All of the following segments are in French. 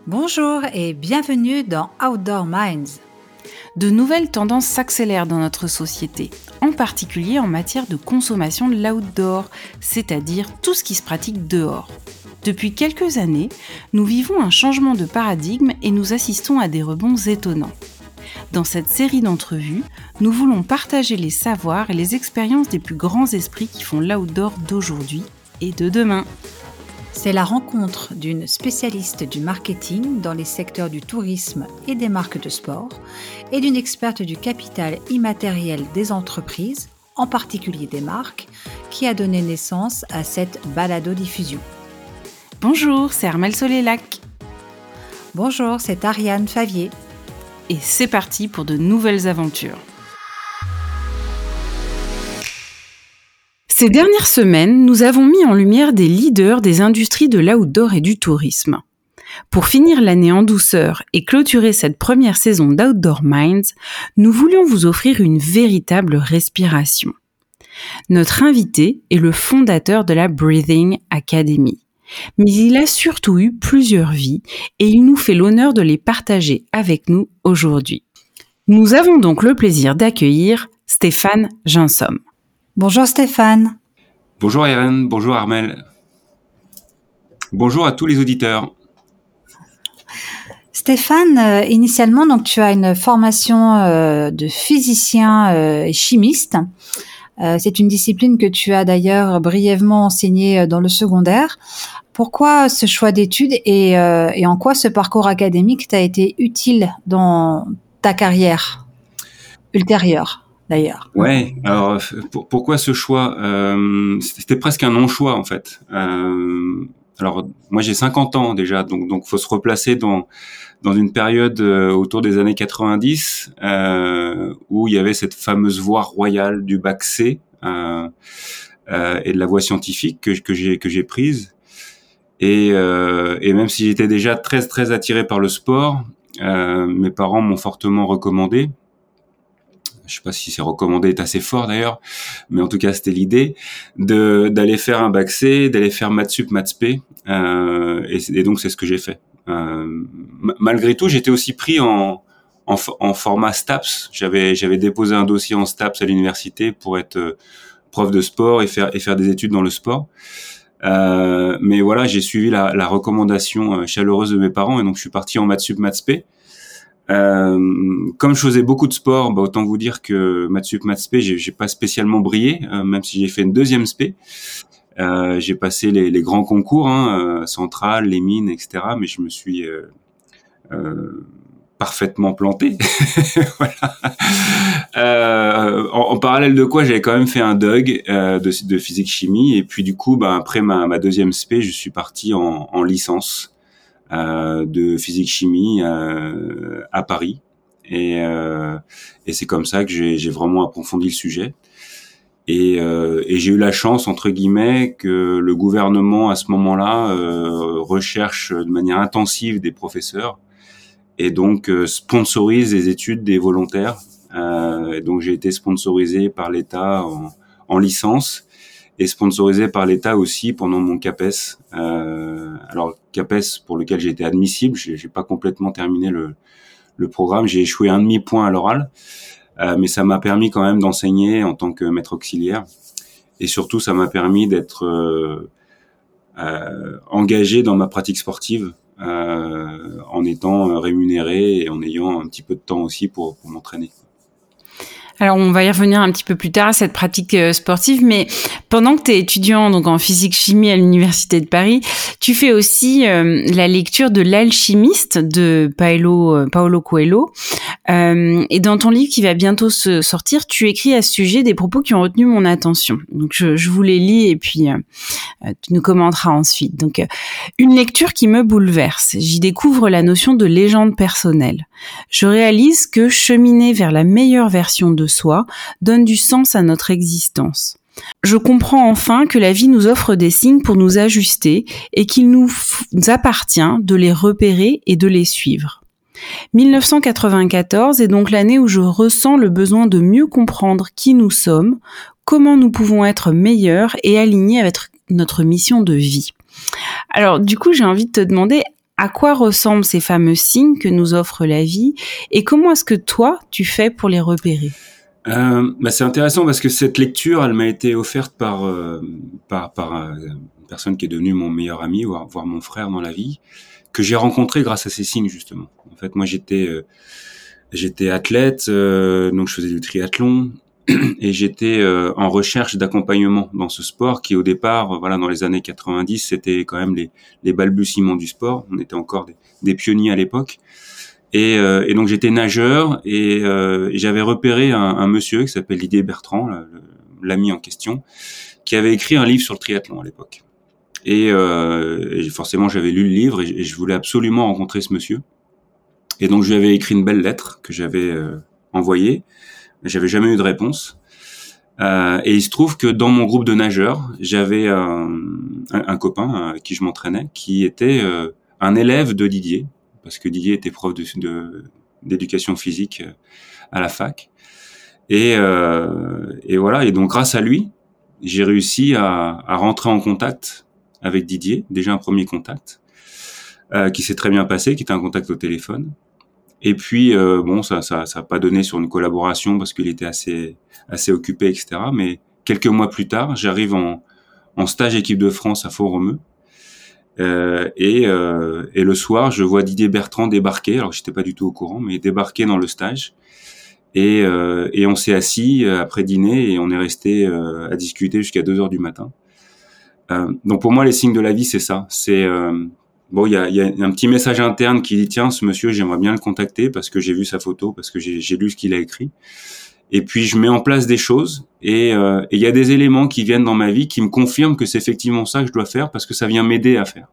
Bonjour et bienvenue dans Outdoor Minds. De nouvelles tendances s'accélèrent dans notre société, en particulier en matière de consommation de l'outdoor, c'est-à-dire tout ce qui se pratique dehors. Depuis quelques années, nous vivons un changement de paradigme et nous assistons à des rebonds étonnants. Dans cette série d'entrevues, nous voulons partager les savoirs et les expériences des plus grands esprits qui font l'outdoor d'aujourd'hui et de demain. C'est la rencontre d'une spécialiste du marketing dans les secteurs du tourisme et des marques de sport et d'une experte du capital immatériel des entreprises, en particulier des marques, qui a donné naissance à cette balado-diffusion. Bonjour, c'est Armelle Solélac. Bonjour, c'est Ariane Favier. Et c'est parti pour de nouvelles aventures. Ces dernières semaines, nous avons mis en lumière des leaders des industries de l'outdoor et du tourisme. Pour finir l'année en douceur et clôturer cette première saison d'Outdoor Minds, nous voulions vous offrir une véritable respiration. Notre invité est le fondateur de la Breathing Academy. Mais il a surtout eu plusieurs vies et il nous fait l'honneur de les partager avec nous aujourd'hui. Nous avons donc le plaisir d'accueillir Stéphane Ginsom. Bonjour Stéphane. Bonjour Irène, bonjour Armelle. Bonjour à tous les auditeurs. Stéphane, initialement, donc tu as une formation de physicien et chimiste. C'est une discipline que tu as d'ailleurs brièvement enseignée dans le secondaire. Pourquoi ce choix d'études et en quoi ce parcours académique t'a été utile dans ta carrière ultérieure d'ailleurs? Ouais, alors pourquoi ce choix c'était presque un non-choix en fait. Alors moi j'ai 50 ans déjà, donc faut se replacer dans une période autour des années 90 où il y avait cette fameuse voie royale du bac C et de la voie scientifique que j'ai prise. Et même si j'étais déjà très attiré par le sport, mes parents m'ont fortement recommandé. Je sais pas si c'est recommandé est assez fort d'ailleurs, mais en tout cas c'était l'idée d'aller faire un bac C, d'aller faire maths sup, maths spé, et donc c'est ce que j'ai fait. Malgré tout, j'étais aussi pris en format STAPS. J'avais déposé un dossier en STAPS à l'université pour être prof de sport et faire des études dans le sport. Mais voilà, j'ai suivi la recommandation chaleureuse de mes parents et donc je suis parti en maths sup, maths spé. Comme je faisais beaucoup de sport, autant vous dire que maths sup, maths spé, j'ai pas spécialement brillé, même si j'ai fait une deuxième spé. J'ai passé les grands concours, Centrale, les mines, etc. Mais je me suis parfaitement planté. Voilà. En parallèle de quoi, j'avais quand même fait un DUG de physique-chimie. Et puis du coup, après ma deuxième spé, je suis parti en licence de physique-chimie à Paris. Et c'est comme ça que j'ai vraiment approfondi le sujet. Et j'ai eu la chance, entre guillemets, que le gouvernement, à ce moment-là, recherche de manière intensive des professeurs et donc sponsorise les études des volontaires. Et donc j'ai été sponsorisé par l'État en licence et sponsorisé par l'État aussi pendant mon CAPES. Alors CAPES pour lequel j'ai été admissible, j'ai pas complètement terminé le programme, j'ai échoué un demi-point à l'oral. Mais ça m'a permis quand même d'enseigner en tant que maître auxiliaire. Et surtout, ça m'a permis d'être engagé dans ma pratique sportive en étant rémunéré et en ayant un petit peu de temps aussi pour m'entraîner. Alors, on va y revenir un petit peu plus tard à cette pratique sportive, mais pendant que tu es étudiant donc en physique-chimie à l'Université de Paris, tu fais aussi la lecture de L'Alchimiste de Paulo Coelho. Et dans ton livre qui va bientôt se sortir, tu écris à ce sujet des propos qui ont retenu mon attention. Donc, je vous les lis et puis tu nous commenteras ensuite. Donc, une lecture qui me bouleverse. J'y découvre la notion de légende personnelle. Je réalise que cheminer vers la meilleure version de soi donne du sens à notre existence. Je comprends enfin que la vie nous offre des signes pour nous ajuster et qu'il nous appartient de les repérer et de les suivre. 1994 est donc l'année où je ressens le besoin de mieux comprendre qui nous sommes, comment nous pouvons être meilleurs et alignés avec notre mission de vie. Alors du coup, j'ai envie de te demander, À quoi ressemblent ces fameux signes que nous offre la vie et comment est-ce que toi, tu fais pour les repérer? C'est intéressant parce que cette lecture, elle m'a été offerte par une personne qui est devenue mon meilleur ami, voire mon frère dans la vie, que j'ai rencontré grâce à ces signes justement. En fait, moi j'étais athlète, donc je faisais du triathlon et j'étais en recherche d'accompagnement dans ce sport qui au départ, voilà, dans les années 90, c'était quand même les balbutiements du sport. On était encore des pionniers à l'époque. Et donc j'étais nageur et j'avais repéré un monsieur qui s'appelle Didier Bertrand, l'ami en question, qui avait écrit un livre sur le triathlon à l'époque. Et forcément j'avais lu le livre et je voulais absolument rencontrer ce monsieur. Et donc je lui avais écrit une belle lettre que j'avais envoyée. Mais j'avais jamais eu de réponse. Et il se trouve que dans mon groupe de nageurs, j'avais un copain avec qui je m'entraînais, qui était un élève de Didier, parce que Didier était prof d'éducation physique à la fac. Et voilà. Et donc grâce à lui, j'ai réussi à rentrer en contact avec Didier, déjà un premier contact, qui s'est très bien passé, qui était un contact au téléphone. Et puis ça a pas donné sur une collaboration parce qu'il était assez occupé, etc. Mais quelques mois plus tard, j'arrive en stage équipe de France à Font-Romeu. Et le soir, je vois Didier Bertrand débarquer. Alors j'étais pas du tout au courant, mais débarquer dans le stage. Et on s'est assis après dîner et on est resté à discuter jusqu'à 2 heures du matin. Donc pour moi, les signes de la vie, c'est ça. C'est il y a un petit message interne qui dit tiens, ce monsieur, j'aimerais bien le contacter parce que j'ai vu sa photo, parce que j'ai lu ce qu'il a écrit. Et puis je mets en place des choses et il y a des éléments qui viennent dans ma vie qui me confirment que c'est effectivement ça que je dois faire parce que ça vient m'aider à faire.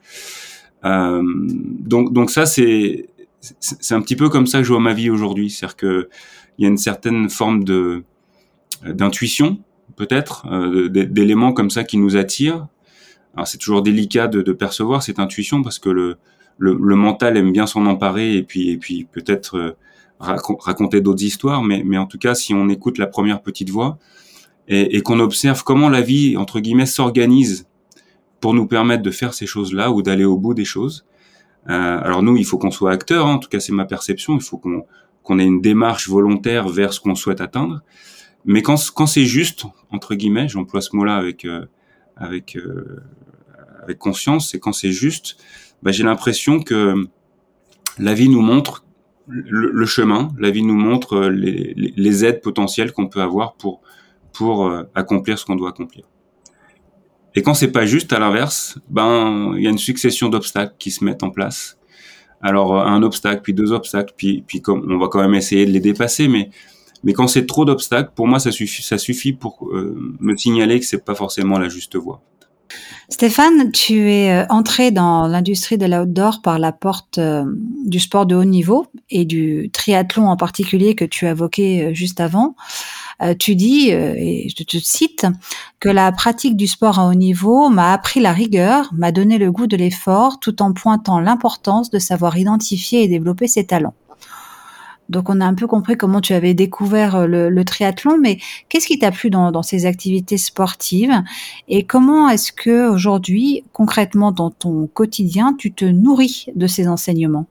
Donc ça c'est un petit peu comme ça que je vois ma vie aujourd'hui, c'est-à-dire que il y a une certaine forme d'intuition peut-être, d'éléments comme ça qui nous attirent. Alors c'est toujours délicat de percevoir cette intuition parce que le mental aime bien s'en emparer et puis peut-être raconter d'autres histoires, mais en tout cas si on écoute la première petite voix et qu'on observe comment la vie entre guillemets s'organise pour nous permettre de faire ces choses-là ou d'aller au bout des choses. Alors nous, il faut qu'on soit acteur, hein, en tout cas c'est ma perception, il faut qu'on ait une démarche volontaire vers ce qu'on souhaite atteindre. Mais quand c'est juste, entre guillemets, j'emploie ce mot-là avec conscience, c'est quand c'est juste, j'ai l'impression que la vie nous montre le chemin, la vie nous montre les aides potentielles qu'on peut avoir pour accomplir ce qu'on doit accomplir. Et quand c'est pas juste, à l'inverse, il y a une succession d'obstacles qui se mettent en place. Alors un obstacle, puis 2 obstacles, puis comme on va quand même essayer de les dépasser, mais quand c'est trop d'obstacles, pour moi ça suffit pour me signaler que c'est pas forcément la juste voie. Stéphane, tu es entré dans l'industrie de l'outdoor par la porte du sport de haut niveau et du triathlon en particulier que tu as évoqué juste avant. Tu dis, et je te cite, que la pratique du sport à haut niveau m'a appris la rigueur, m'a donné le goût de l'effort, tout en pointant l'importance de savoir identifier et développer ses talents. Donc, on a un peu compris comment tu avais découvert le triathlon, mais qu'est-ce qui t'a plu dans ces activités sportives et comment est-ce que aujourd'hui, concrètement dans ton quotidien, tu te nourris de ces enseignements?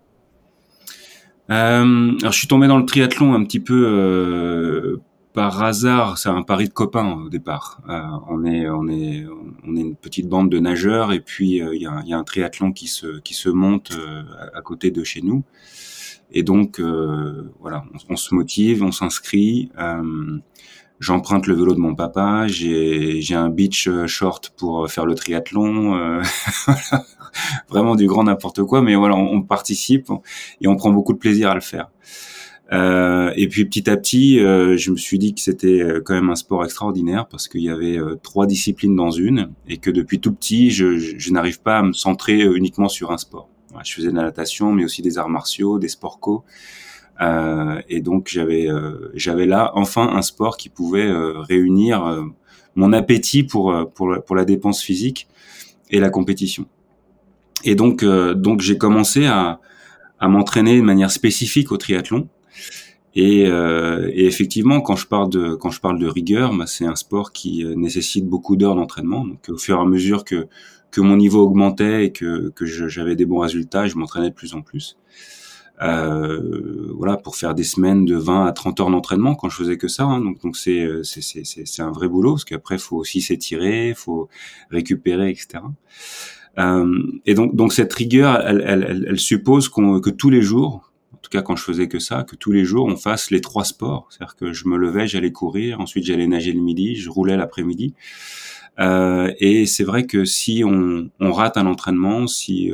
Alors, je suis tombé dans le triathlon un petit peu par hasard. C'est un pari de copains au départ. On est une petite bande de nageurs et puis il y a un triathlon qui se monte à côté de chez nous. Et donc, voilà, on se motive, on s'inscrit. J'emprunte le vélo de mon papa. J'ai un beach short pour faire le triathlon. Voilà. Vraiment du grand n'importe quoi, mais voilà, on participe et on prend beaucoup de plaisir à le faire. Et puis petit à petit, je me suis dit que c'était quand même un sport extraordinaire parce qu'il y avait 3 disciplines dans une et que depuis tout petit, je n'arrive pas à me centrer uniquement sur un sport. Je faisais de la natation, mais aussi des arts martiaux, des sports co. Et donc j'avais là enfin un sport qui pouvait réunir mon appétit pour la dépense physique et la compétition. Et donc j'ai commencé à m'entraîner de manière spécifique au triathlon. Et effectivement, quand je parle de rigueur, bah, c'est un sport qui nécessite beaucoup d'heures d'entraînement. Donc, au fur et à mesure que mon niveau augmentait et que j'avais des bons résultats, je m'entraînais de plus en plus. Voilà, pour faire des semaines de 20 à 30 heures d'entraînement quand je faisais que ça. Hein. Donc c'est un vrai boulot parce qu'après faut aussi s'étirer, faut récupérer, etc. Et donc cette rigueur, elle suppose que tous les jours, en tout cas quand je faisais que ça, que tous les jours on fasse les 3 sports. C'est-à-dire que je me levais, j'allais courir, ensuite j'allais nager le midi, je roulais l'après-midi. Et c'est vrai que si on rate un entraînement, si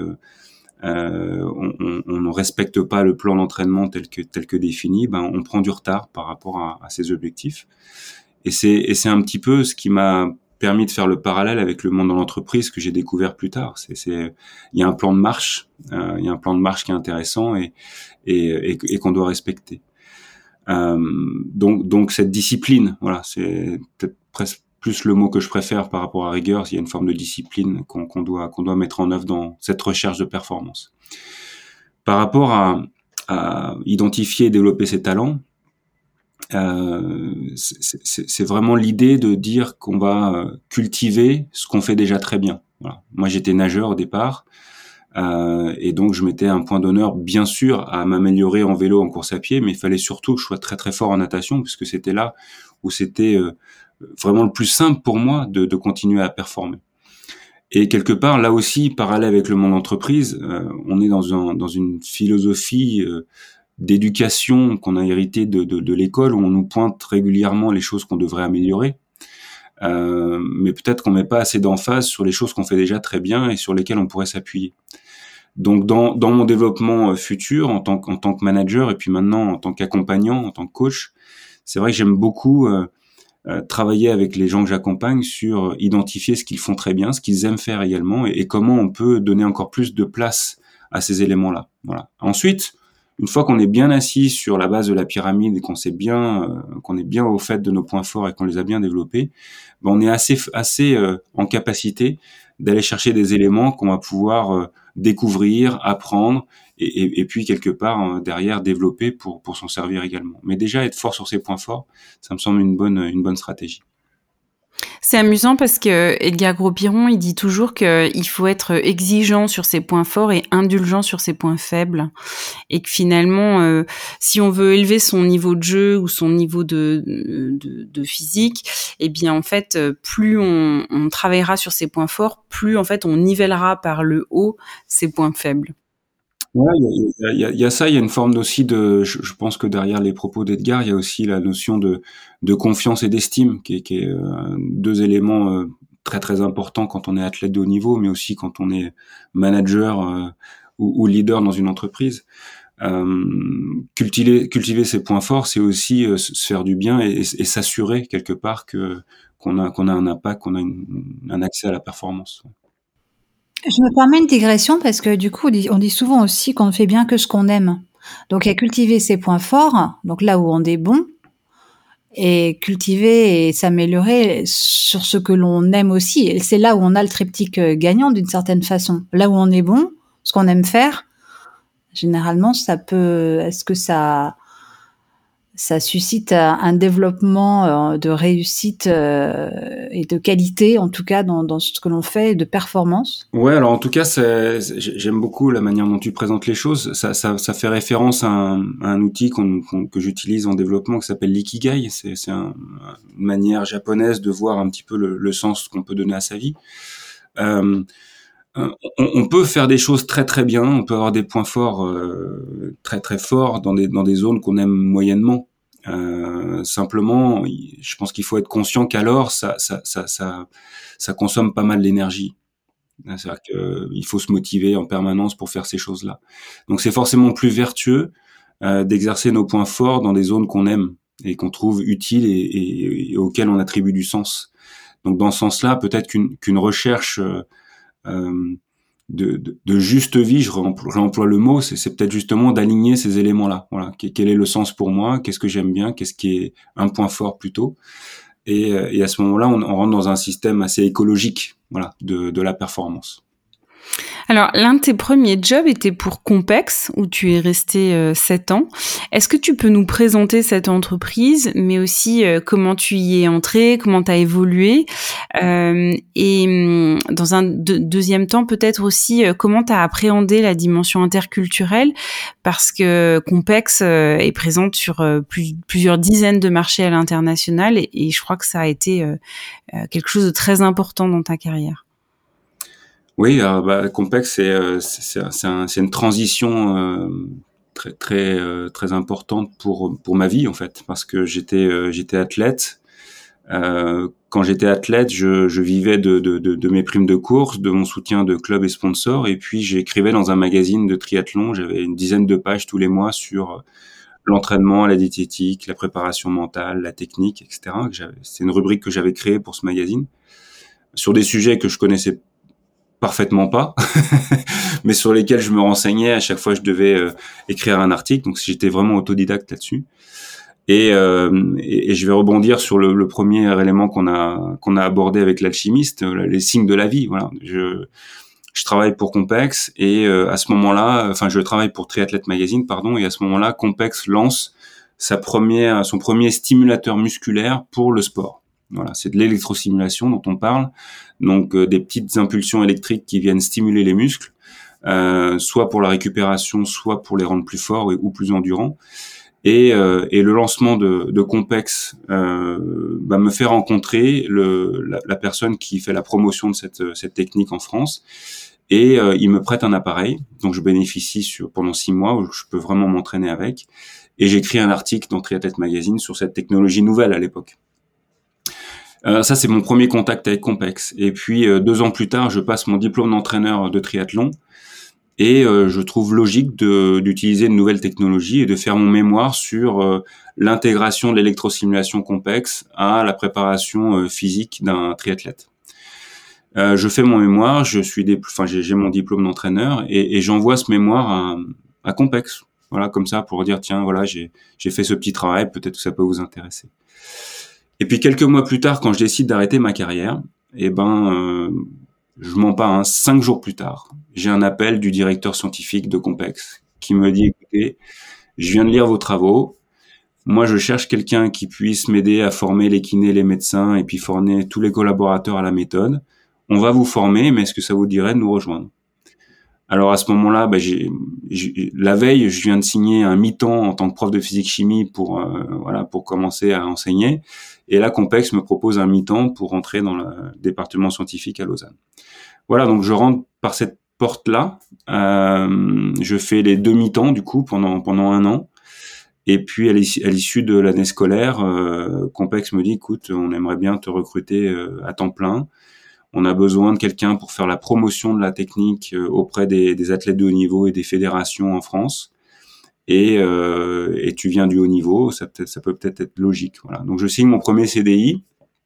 on ne respecte pas le plan d'entraînement tel que défini, ben on prend du retard par rapport à ses objectifs. Et c'est un petit peu ce qui m'a permis de faire le parallèle avec le monde de l'entreprise que j'ai découvert plus tard. Il y a un plan de marche, il y a un plan de marche qui est intéressant et qu'on doit respecter. Donc cette discipline, voilà, c'est peut-être presque plus le mot que je préfère par rapport à rigueur. Il y a une forme de discipline qu'on doit mettre en œuvre dans cette recherche de performance. Par rapport à identifier et développer ses talents, c'est vraiment l'idée de dire qu'on va cultiver ce qu'on fait déjà très bien. Voilà. Moi, j'étais nageur au départ, et donc je mettais un point d'honneur, bien sûr, à m'améliorer en vélo, en course à pied, mais il fallait surtout que je sois très très fort en natation, puisque c'était là où c'était vraiment le plus simple pour moi de continuer à performer. Et quelque part, là aussi, parallèle avec le monde entreprise, on est dans une philosophie d'éducation qu'on a héritée de l'école, où on nous pointe régulièrement les choses qu'on devrait améliorer. Mais peut-être qu'on met pas assez d'emphase sur les choses qu'on fait déjà très bien et sur lesquelles on pourrait s'appuyer. Donc dans mon développement futur en tant que manager et puis maintenant en tant qu'accompagnant, en tant que coach, c'est vrai que j'aime beaucoup travailler avec les gens que j'accompagne sur identifier ce qu'ils font très bien, ce qu'ils aiment faire également et comment on peut donner encore plus de place à ces éléments-là. Voilà. Ensuite, une fois qu'on est bien assis sur la base de la pyramide et qu'on est bien au fait de nos points forts et qu'on les a bien développés, ben on est assez en capacité d'aller chercher des éléments qu'on va pouvoir découvrir, apprendre et puis quelque part derrière développer pour s'en servir également. Mais déjà être fort sur ses points forts, ça me semble une bonne stratégie. C'est amusant parce que Edgar Gros-Piron, il dit toujours qu'il faut être exigeant sur ses points forts et indulgent sur ses points faibles. Et que finalement, si on veut élever son niveau de jeu ou son niveau de physique, eh bien en fait, plus on travaillera sur ses points forts, plus en fait on nivellera par le haut ses points faibles. Ouais, il y a ça, il y a une forme aussi je pense que derrière les propos d'Edgar, il y a aussi la notion de confiance et d'estime, qui est deux éléments très très importants quand on est athlète de haut niveau, mais aussi quand on est manager ou leader dans une entreprise. Cultiver ses points forts, c'est aussi se faire du bien et s'assurer quelque part qu'on a un impact, qu'on a un accès à la performance. Je me permets une digression parce que du coup, on dit souvent aussi qu'on ne fait bien que ce qu'on aime. Donc, il y a cultiver ses points forts, donc là où on est bon, et cultiver et s'améliorer sur ce que l'on aime aussi. Et c'est là où on a le triptyque gagnant d'une certaine façon. Là où on est bon, ce qu'on aime faire, généralement, est-ce que ça suscite un développement de réussite et de qualité, en tout cas dans ce que l'on fait, de performance. Ouais, alors en tout cas, j'aime beaucoup la manière dont tu présentes les choses. Ça fait référence à un outil que j'utilise en développement qui s'appelle l'ikigai. C'est une manière japonaise de voir un petit peu le sens qu'on peut donner à sa vie. On peut faire des choses très très bien, on peut avoir des points forts très très forts dans des zones qu'on aime moyennement. Simplement, je pense qu'il faut être conscient qu'alors ça consomme pas mal d'énergie. C'est-à-dire qu'il faut se motiver en permanence pour faire ces choses-là. Donc c'est forcément plus vertueux d'exercer nos points forts dans des zones qu'on aime et qu'on trouve utiles et auxquelles on attribue du sens. Donc dans ce sens-là, peut-être qu'une recherche de juste vie, je réemploie le mot, c'est peut-être justement d'aligner ces éléments-là. Voilà, quel est le sens pour moi, qu'est-ce que j'aime bien, qu'est-ce qui est un point fort plutôt, et à ce moment-là, on rentre dans un système assez écologique, voilà, de la performance. Alors, l'un de tes premiers jobs était pour Compex, où tu es resté 7 ans. Est-ce que tu peux nous présenter cette entreprise, mais aussi comment tu y es entré, comment tu as évolué, et dans un deuxième temps, peut-être aussi comment tu as appréhendé la dimension interculturelle, parce que Compex est présente sur plusieurs dizaines de marchés à l'international, et je crois que ça a été quelque chose de très important dans ta carrière. Oui, Compex, c'est une transition très importante pour ma vie en fait, parce que j'étais athlète. Quand j'étais athlète, je vivais de mes primes de course, de mon soutien de club et sponsors, et puis j'écrivais dans un magazine de triathlon. J'avais une dizaine de pages tous les mois sur l'entraînement, la diététique, la préparation mentale, la technique, etc. C'est une rubrique que j'avais créée pour ce magazine, sur des sujets que je connaissais parfaitement pas, mais sur lesquels je me renseignais à chaque fois que je devais écrire un article. Donc j'étais vraiment autodidacte là-dessus. Et je vais rebondir sur le premier élément qu'on a abordé avec l'alchimiste, les signes de la vie. Voilà, je travaille pour Compex, et à ce moment-là, je travaille pour Triathlète Magazine, pardon, et à ce moment-là, Compex lance son premier stimulateur musculaire pour le sport. Voilà, c'est de l'électrostimulation dont on parle, donc des petites impulsions électriques qui viennent stimuler les muscles, soit pour la récupération, soit pour les rendre plus forts ou plus endurants. Et le lancement de Compex me fait rencontrer la personne qui fait la promotion de cette technique en France, et il me prête un appareil, donc je bénéficie pendant 6 mois où je peux vraiment m'entraîner avec, et j'écris un article dans Triathlète Magazine sur cette technologie nouvelle à l'époque. Ça, c'est mon premier contact avec Compex. Et puis 2 ans plus tard, je passe mon diplôme d'entraîneur de triathlon, et je trouve logique d'utiliser une nouvelle technologie et de faire mon mémoire sur l'intégration de l'électrostimulation Compex à la préparation physique d'un triathlète. Je fais mon mémoire, j'ai mon diplôme d'entraîneur, et j'envoie ce mémoire à Compex. Voilà, comme ça, pour dire tiens, voilà, j'ai fait ce petit travail, peut-être que ça peut vous intéresser. Et puis quelques mois plus tard, quand je décide d'arrêter ma carrière, je mens pas, 5 jours plus tard, j'ai un appel du directeur scientifique de Compex qui me dit écoutez, je viens de lire vos travaux. Moi, je cherche quelqu'un qui puisse m'aider à former les kinés, les médecins, et puis former tous les collaborateurs à la méthode. On va vous former, mais est-ce que ça vous dirait de nous rejoindre? Alors à ce moment-là, la veille, je viens de signer un mi-temps en tant que prof de physique-chimie pour commencer à enseigner. Et là, Compex me propose un mi-temps pour rentrer dans le département scientifique à Lausanne. Voilà, donc je rentre par cette porte-là. Je fais les 2 mi-temps du coup pendant 1 an. Et puis à l'issue de l'année scolaire, Compex me dit écoute, on aimerait bien te recruter à temps plein. On a besoin de quelqu'un pour faire la promotion de la technique auprès des athlètes de haut niveau et des fédérations en France. Et tu viens du haut niveau, ça peut peut-être être logique. Voilà. Donc je signe mon premier CDI.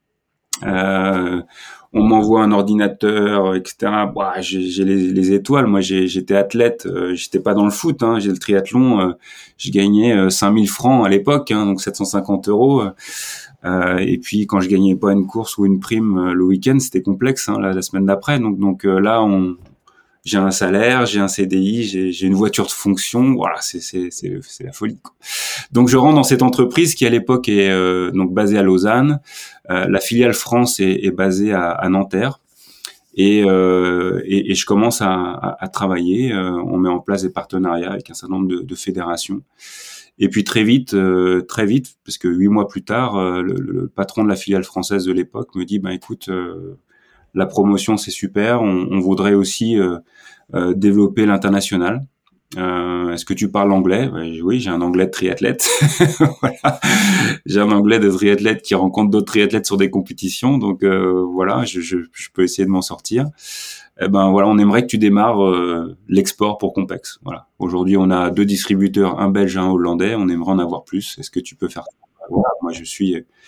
On m'envoie un ordinateur, etc. J'ai les étoiles. Moi, j'étais athlète. J'étais pas dans le foot. J'ai le triathlon. Je gagnais 5000 francs à l'époque, donc 750 €. Et puis quand je gagnais pas une course ou une prime le week-end, c'était complexe la semaine d'après. Donc là, j'ai un salaire, j'ai un CDI, j'ai une voiture de fonction. Voilà, c'est la folie, quoi. Donc je rentre dans cette entreprise qui à l'époque est donc basée à Lausanne. La filiale France est basée à Nanterre. Et je commence à travailler. On met en place des partenariats avec un certain nombre de fédérations. Et puis très vite, parce que 8 mois plus tard, le patron de la filiale française de l'époque me dit, écoute, la promotion c'est super, on voudrait aussi développer l'international. Est-ce que tu parles anglais? Oui, j'ai un anglais de triathlète. Voilà. J'ai un anglais de triathlète qui rencontre d'autres triathlètes sur des compétitions, donc voilà, je peux essayer de m'en sortir. Voilà, on aimerait que tu démarres l'export pour Compex. Voilà. Aujourd'hui, on a 2 distributeurs, un belge et un hollandais. On aimerait en avoir plus. Est-ce que tu peux faire ça? Voilà. Moi, je suis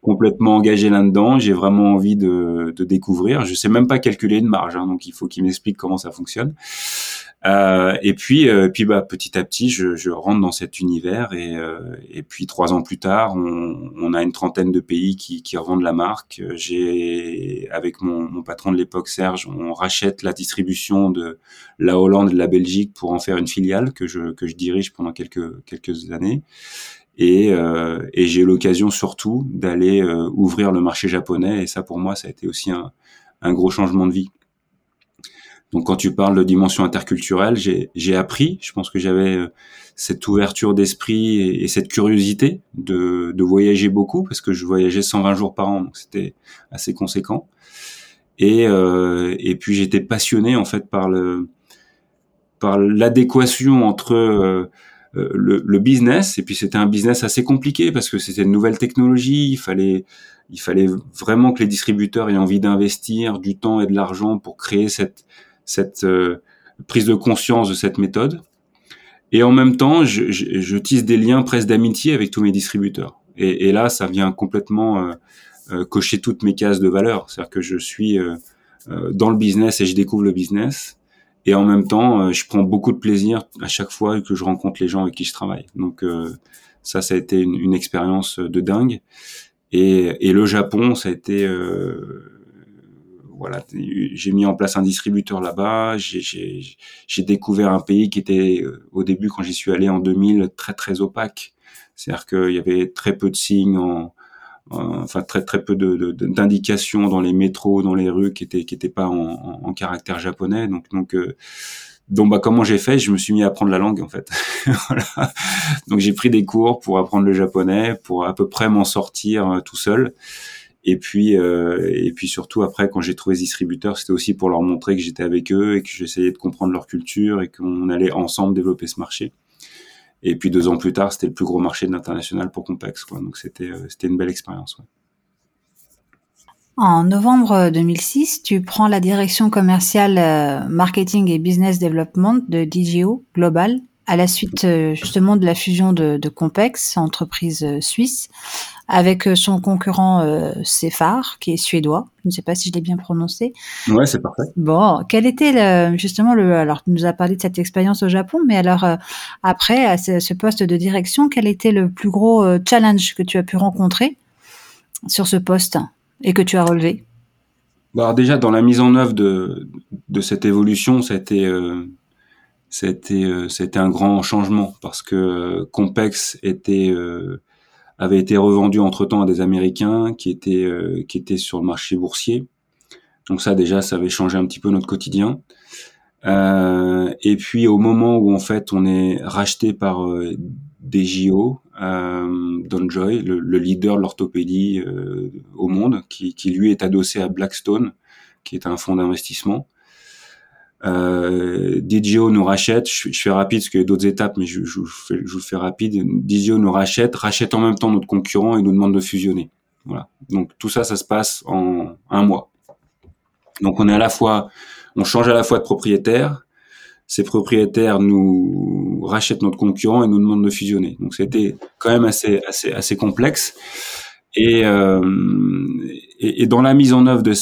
complètement engagé là-dedans. J'ai vraiment envie de découvrir. Je sais même pas calculer une marge, hein, donc il faut qu'il m'explique comment ça fonctionne. Et puis petit à petit, je rentre dans cet univers et puis 3 ans plus tard, on a une trentaine de pays qui revendent la marque. Avec mon patron de l'époque, Serge, on rachète la distribution de la Hollande et de la Belgique pour en faire une filiale que je dirige pendant quelques années. Et j'ai eu l'occasion surtout d'aller ouvrir le marché japonais. Et ça, pour moi, ça a été aussi un gros changement de vie. Donc, quand tu parles de dimension interculturelle, j'ai appris. Je pense que j'avais cette ouverture d'esprit et cette curiosité de voyager beaucoup, parce que je voyageais 120 jours par an, donc c'était assez conséquent. Et puis j'étais passionné en fait par l'adéquation entre le business, et puis c'était un business assez compliqué parce que c'était une nouvelle technologie. Il fallait vraiment que les distributeurs aient envie d'investir du temps et de l'argent pour créer cette prise de conscience de cette méthode. Et en même temps, je tisse des liens presque d'amitié avec tous mes distributeurs. Et là, ça vient complètement cocher toutes mes cases de valeur. C'est-à-dire que je suis dans le business et je découvre le business. Et en même temps, je prends beaucoup de plaisir à chaque fois que je rencontre les gens avec qui je travaille. Donc ça a été une expérience de dingue. Et le Japon, ça a été voilà, j'ai mis en place un distributeur là-bas. J'ai découvert un pays qui était au début, quand j'y suis allé en 2000, très très opaque. C'est-à-dire qu'il y avait très peu de signes, enfin très peu d'indications dans les métros, dans les rues qui étaient pas en caractère japonais. Donc comment j'ai fait? Je me suis mis à apprendre la langue en fait. Voilà. Donc j'ai pris des cours pour apprendre le japonais, pour à peu près m'en sortir tout seul. Et puis surtout après, quand j'ai trouvé ce distributeur, c'était aussi pour leur montrer que j'étais avec eux et que j'essayais de comprendre leur culture et qu'on allait ensemble développer ce marché. Et puis 2 ans plus tard, c'était le plus gros marché de l'international pour Compex, quoi. Donc c'était une belle expérience. Ouais. En novembre 2006, tu prends la direction commerciale marketing et business development de DJO Global à la suite justement de la fusion de Compex, entreprise suisse, avec son concurrent Cefar, qui est suédois. Je ne sais pas si je l'ai bien prononcé. Ouais, c'est parfait. Bon, quel était alors tu nous as parlé de cette expérience au Japon, mais alors après, à ce poste de direction, quel était le plus gros challenge que tu as pu rencontrer sur ce poste et que tu as relevé? Bah, alors déjà, dans la mise en œuvre de cette évolution, ça a été un grand changement parce que Compex avait été revendu entre-temps à des Américains qui étaient sur le marché boursier. Donc ça, déjà, ça avait changé un petit peu notre quotidien. Et puis au moment où en fait on est racheté par DJO, DonJoy, le leader de l'orthopédie au monde, qui lui est adossé à Blackstone, qui est un fonds d'investissement. DJO nous rachète. Je fais rapide parce qu'il y a d'autres étapes, mais je vous fais rapide. DJO nous rachète en même temps notre concurrent et nous demande de fusionner. Voilà. Donc tout ça se passe en 1 mois. Donc on change à la fois de propriétaire. Ces propriétaires nous rachètent notre concurrent et nous demandent de fusionner. Donc c'était quand même assez complexe. Et dans la mise en œuvre de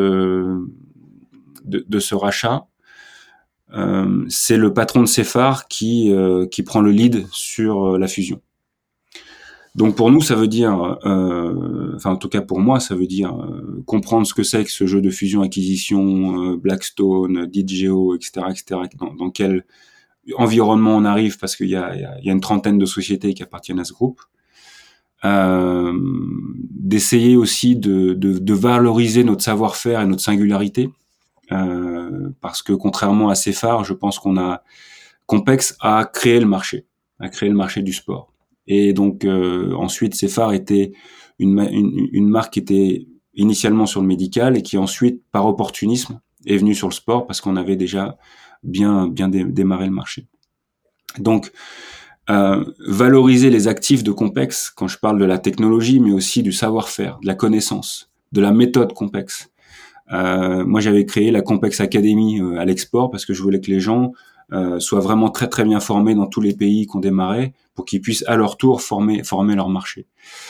ce rachat, c'est le patron de Cefar qui prend le lead sur la fusion. Donc pour nous, ça veut dire, enfin en tout cas pour moi, ça veut dire comprendre ce que c'est que ce jeu de fusion-acquisition, Blackstone, DJO, etc., dans quel environnement on arrive, parce qu'il y a une trentaine de sociétés qui appartiennent à ce groupe. D'essayer aussi de valoriser notre savoir-faire et notre singularité, parce que contrairement à Cefar, je pense Compex a créé le marché du sport. Et donc ensuite, Cefar était une marque qui était initialement sur le médical et qui ensuite, par opportunisme, est venue sur le sport parce qu'on avait déjà bien démarré le marché. Donc valoriser les actifs de Compex, quand je parle de la technologie, mais aussi du savoir-faire, de la connaissance, de la méthode Compex. Moi, j'avais créé la Compex Academy à l'export parce que je voulais que les gens soient vraiment très très bien formés dans tous les pays qu'on démarrait pour qu'ils puissent à leur tour former leur marché.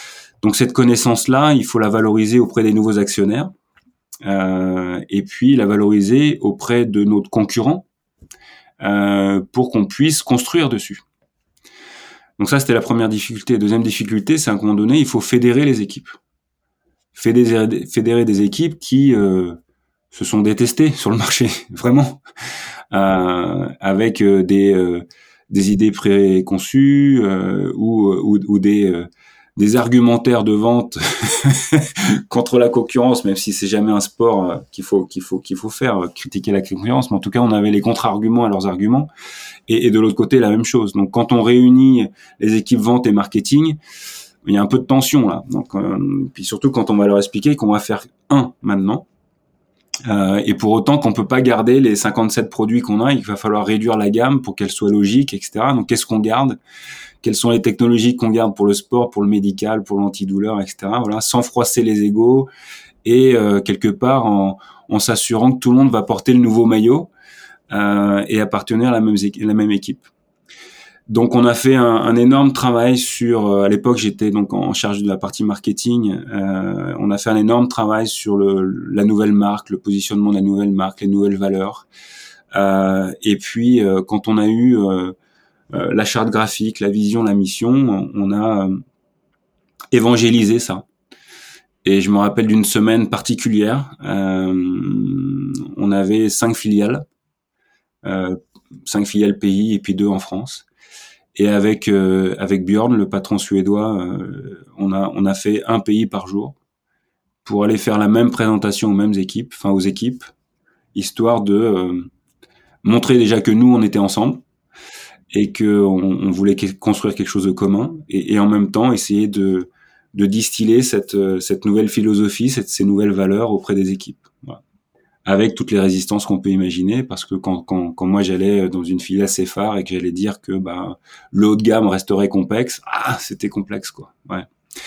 Donc cette connaissance-là, il faut la valoriser auprès des nouveaux actionnaires, et puis la valoriser auprès de nos concurrents, pour qu'on puisse construire dessus. Donc ça, c'était la première difficulté. Deuxième difficulté, c'est à un moment donné, il faut fédérer les équipes. Fédérer des équipes qui se sont détestées sur le marché, vraiment, avec des idées préconçues, ou des argumentaires de vente contre la concurrence, même si c'est jamais un sport qu'il faut faire, critiquer la concurrence, mais en tout cas on avait les contre-arguments à leurs arguments, et de l'autre côté la même chose. Donc quand on réunit les équipes vente et marketing, il y a un peu de tension là. Donc puis surtout quand on va leur expliquer qu'on va faire maintenant, et pour autant qu'on peut pas garder les 57 produits qu'on a, il va falloir réduire la gamme pour qu'elle soit logique, etc. Donc qu'est-ce qu'on garde? Quelles sont les technologies qu'on garde pour le sport, pour le médical, pour l'antidouleur, etc. Voilà, sans froisser les égos, et quelque part en s'assurant que tout le monde va porter le nouveau maillot, et appartenir à la même équipe. Donc on a fait un énorme travail sur, à l'époque j'étais donc en charge de la partie marketing, on a fait un énorme travail sur la nouvelle marque, le positionnement de la nouvelle marque, les nouvelles valeurs, et puis quand on a eu la charte graphique, la vision, la mission, on a évangélisé ça. Et je me rappelle d'une semaine particulière, on avait 5 filiales pays et puis 2 en France. Et avec Björn, le patron suédois, on a fait un pays par jour pour aller faire la même présentation aux équipes, histoire de montrer déjà que nous on était ensemble et que on voulait construire quelque chose de commun, et en même temps essayer de distiller cette nouvelle philosophie, ces nouvelles valeurs auprès des équipes. Voilà. Avec toutes les résistances qu'on peut imaginer, parce que quand moi j'allais dans une filiale Cefar et que j'allais dire que le haut de gamme resterait complexe, c'était complexe quoi. Ouais.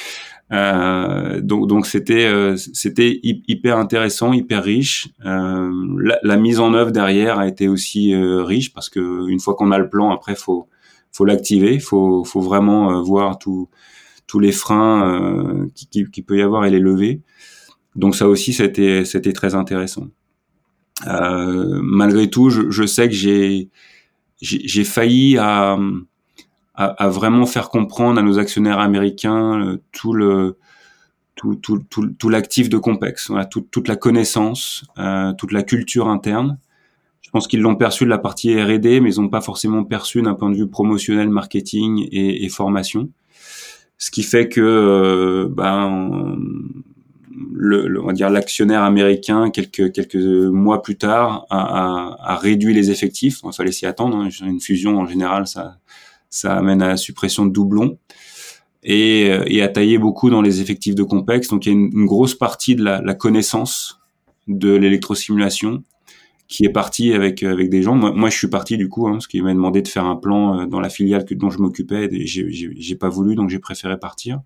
Donc c'était hyper intéressant, hyper riche. La mise en œuvre derrière a été aussi riche, parce que une fois qu'on a le plan, après faut l'activer, faut vraiment voir tous les freins qui peut y avoir et les lever. Donc ça aussi c'était très intéressant. Malgré tout, je sais que j'ai failli à vraiment faire comprendre à nos actionnaires américains tout l'actif de Compex, voilà, toute la connaissance, toute la culture interne. Je pense qu'ils l'ont perçu de la partie R&D, mais ils n'ont pas forcément perçu d'un point de vue promotionnel, marketing et formation. Ce qui fait que on va dire l'actionnaire américain quelques mois plus tard a réduit les effectifs. Il fallait s'y attendre, hein. Une fusion en général ça amène à la suppression de doublons, et a taillé beaucoup dans les effectifs de Compex. Donc il y a une grosse partie de la connaissance de l'électrosimulation qui est partie avec des gens. Moi je suis parti du coup, parce qu'il m'a demandé de faire un plan dans la filiale dont je m'occupais, et j'ai pas voulu, donc j'ai préféré partir.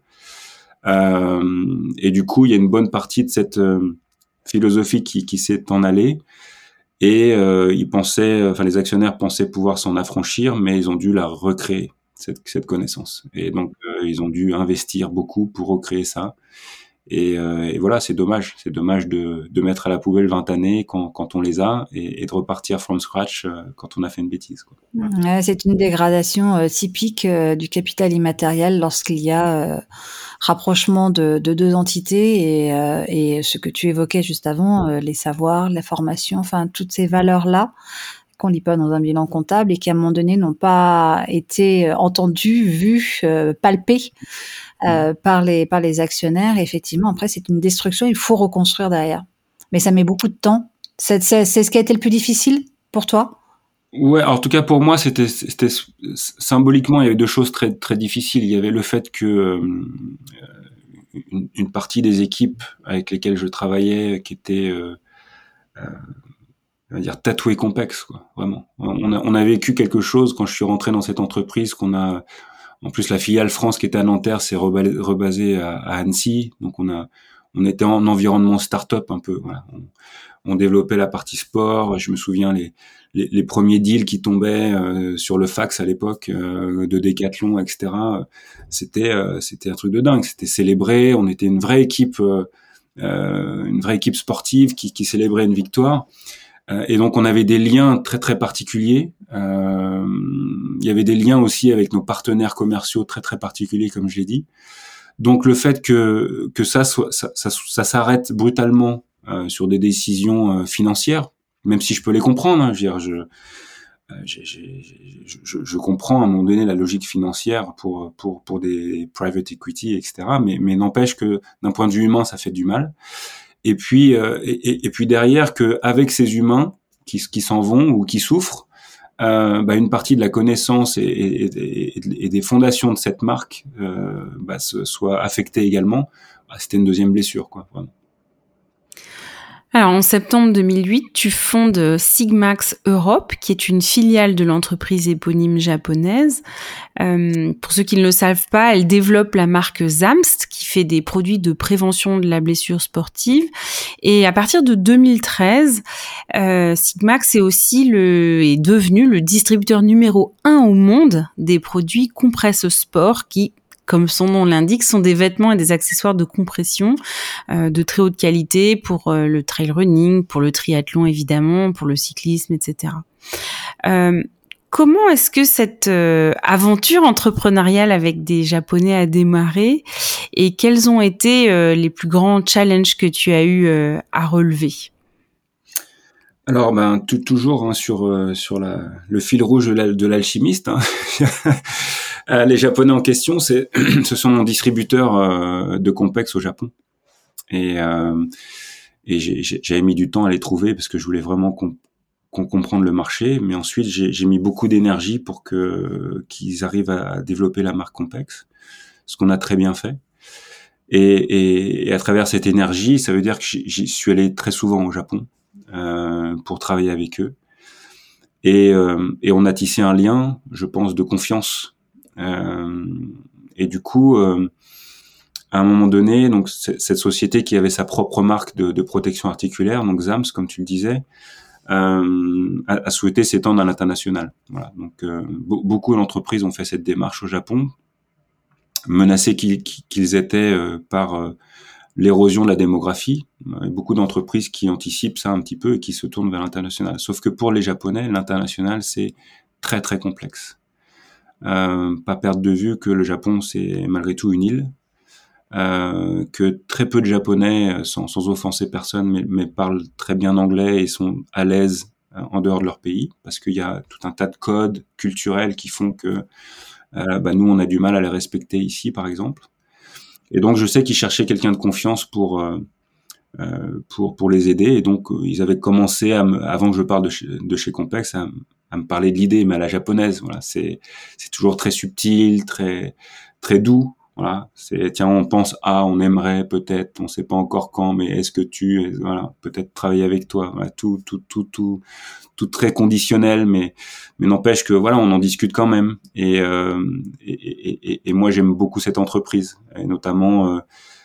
Et du coup, il y a une bonne partie de cette philosophie qui s'est en allée, et les actionnaires pensaient pouvoir s'en affranchir, mais ils ont dû la recréer, cette connaissance. Et donc, ils ont dû investir beaucoup pour recréer ça. Et voilà, c'est dommage de mettre à la poubelle 20 années quand on les a, et de repartir from scratch quand on a fait une bêtise, quoi. Ouais, c'est une dégradation typique du capital immatériel lorsqu'il y a rapprochement de deux entités, et ce que tu évoquais juste avant, les savoirs, la formation, enfin toutes ces valeurs-là qu'on lit pas dans un bilan comptable et qui à un moment donné n'ont pas été entendues, vues, palpées par les actionnaires. Et effectivement, après c'est une destruction, il faut reconstruire derrière. Mais ça met beaucoup de temps. C'est ce qui a été le plus difficile pour toi? Ouais, alors en tout cas pour moi, c'était symboliquement, il y avait 2 choses très très difficiles. Il y avait le fait que une partie des équipes avec lesquelles je travaillais, qui étaient on va dire tatouées Compex, quoi, vraiment. On a vécu quelque chose quand je suis rentré dans cette entreprise, en plus la filiale France qui était à Nanterre s'est rebasée à Annecy, donc on on était en environnement start-up un peu. Voilà. On développait la partie sport. Je me souviens les premiers deals qui tombaient sur le fax à l'époque de Decathlon, etc. C'était un truc de dingue. C'était célébré. On était une vraie équipe sportive qui célébrait une victoire. Et donc on avait des liens très très particuliers. Il y avait des liens aussi avec nos partenaires commerciaux très très particuliers, comme je l'ai dit. Donc le fait que ça s'arrête brutalement sur des décisions financières, même si je peux les comprendre, hein, je comprends à un moment donné la logique financière pour des private equity, etc. Mais n'empêche que d'un point de vue humain, ça fait du mal. Et puis et puis derrière, que avec ces humains qui s'en vont ou qui souffrent, une partie de la connaissance et des fondations de cette marque soit affectée également. C'était une deuxième blessure, quoi, vraiment. Alors, en septembre 2008, tu fondes Sigmax Europe, qui est une filiale de l'entreprise éponyme japonaise. Pour ceux qui ne le savent pas, elle développe la marque Zamst, qui fait des produits de prévention de la blessure sportive. Et à partir de 2013, Sigmax est devenu le distributeur numéro 1 au monde des produits Compresse Sport, qui, comme son nom l'indique, sont des vêtements et des accessoires de compression de très haute qualité pour le trail running, pour le triathlon évidemment, pour le cyclisme, etc. Comment est-ce que cette aventure entrepreneuriale avec des Japonais a démarré et quels ont été les plus grands challenges que tu as eu à relever? Alors, toujours hein, sur le fil rouge de l'alchimiste. Hein. Les Japonais en question, ce sont mon distributeur de Compex au Japon. Et j'avais mis du temps à les trouver parce que je voulais vraiment qu'on comprenne le marché. Mais ensuite, j'ai mis beaucoup d'énergie pour qu'ils arrivent à développer la marque Compex, ce qu'on a très bien fait. Et à travers cette énergie, ça veut dire que j'y suis allé très souvent au Japon pour travailler avec eux. Et on a tissé un lien, je pense, de confiance. Et du coup, à un moment donné, donc cette société qui avait sa propre marque de protection articulaire, donc Zams, comme tu le disais, a souhaité s'étendre à l'international. Voilà. Donc beaucoup d'entreprises ont fait cette démarche au Japon, menacés qu'ils étaient par l'érosion de la démographie. Il y a beaucoup d'entreprises qui anticipent ça un petit peu et qui se tournent vers l'international. Sauf que pour les Japonais, l'international, c'est très très complexe. Pas perdre de vue que le Japon, c'est malgré tout une île, que très peu de Japonais, sans offenser personne, mais parlent très bien anglais et sont à l'aise en dehors de leur pays, parce qu'il y a tout un tas de codes culturels qui font que nous, on a du mal à les respecter ici, par exemple. Et donc, je sais qu'ils cherchaient quelqu'un de confiance pour les aider. Et donc, ils avaient commencé avant que je parle de chez Compex, à me parler de l'idée, mais à la japonaise. Voilà, c'est toujours très subtil, très très doux. Voilà, tiens, on pense on aimerait peut-être, on sait pas encore quand, mais est-ce que voilà, peut-être travailler avec toi. Voilà, tout très conditionnel, mais n'empêche que voilà, on en discute quand même. Et moi, j'aime beaucoup cette entreprise, et notamment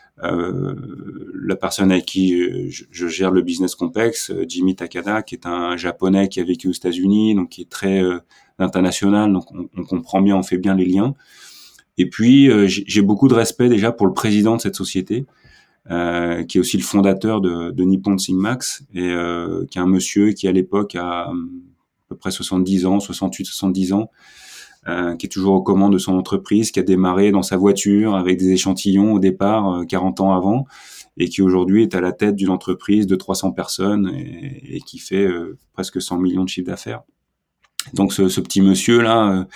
la personne avec qui je gère le business Compex, Jimmy Takada, qui est un japonais qui a vécu aux États-Unis, donc qui est très international, donc on comprend bien, on fait bien les liens. Et puis j'ai beaucoup de respect déjà pour le président de cette société, qui est aussi le fondateur de Nippon Sigmax, et qui est un monsieur qui à l'époque a à peu près 70 ans, 68, 70 ans, qui est toujours aux commandes de son entreprise, qui a démarré dans sa voiture avec des échantillons au départ 40 ans avant, et qui aujourd'hui est à la tête d'une entreprise de 300 personnes et qui fait presque 100 millions de chiffre d'affaires. Donc ce petit monsieur là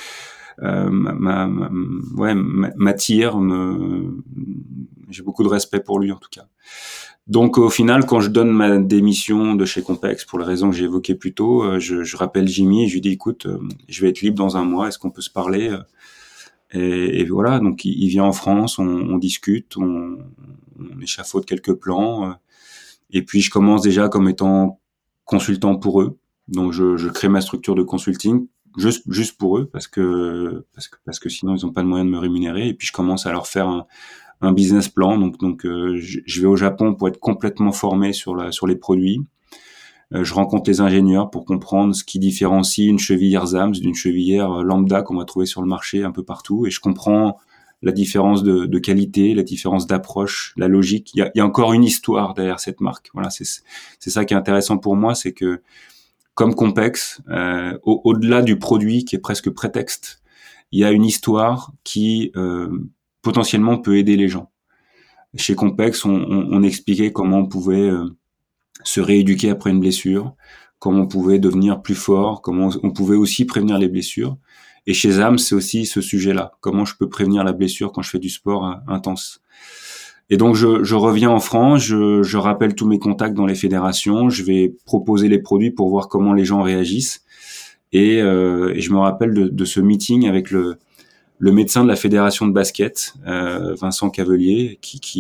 m'attire, j'ai beaucoup de respect pour lui en tout cas. Donc au final, quand je donne ma démission de chez Compex pour les raisons que j'ai évoquées plus tôt, je rappelle Jimmy et je lui dis écoute, je vais être libre dans un mois, est-ce qu'on peut se parler? Et voilà, donc il vient en France, on discute, on échafaude quelques plans, et puis je commence déjà comme étant consultant pour eux. Donc je crée ma structure de consulting juste pour eux parce que sinon ils n'ont pas de moyen de me rémunérer, et puis je commence à leur faire un business plan. Donc je vais au Japon pour être complètement formé sur les produits. Je rencontre les ingénieurs pour comprendre ce qui différencie une chevillère Zams d'une chevillère lambda qu'on va trouver sur le marché un peu partout. Et je comprends la différence de qualité, la différence d'approche, la logique. Il y a encore une histoire derrière cette marque. Voilà, c'est ça qui est intéressant pour moi, c'est que comme Compex, au-delà du produit qui est presque prétexte, il y a une histoire qui potentiellement peut aider les gens. Chez Compex, on expliquait comment on pouvait se rééduquer après une blessure, comment on pouvait devenir plus fort, comment on pouvait aussi prévenir les blessures. Et chez ZAM, c'est aussi ce sujet-là. Comment je peux prévenir la blessure quand je fais du sport intense. Et donc, je reviens en France, je rappelle tous mes contacts dans les fédérations, je vais proposer les produits pour voir comment les gens réagissent. Et je me rappelle de ce meeting avec le médecin de la fédération de basket, Vincent Cavelier,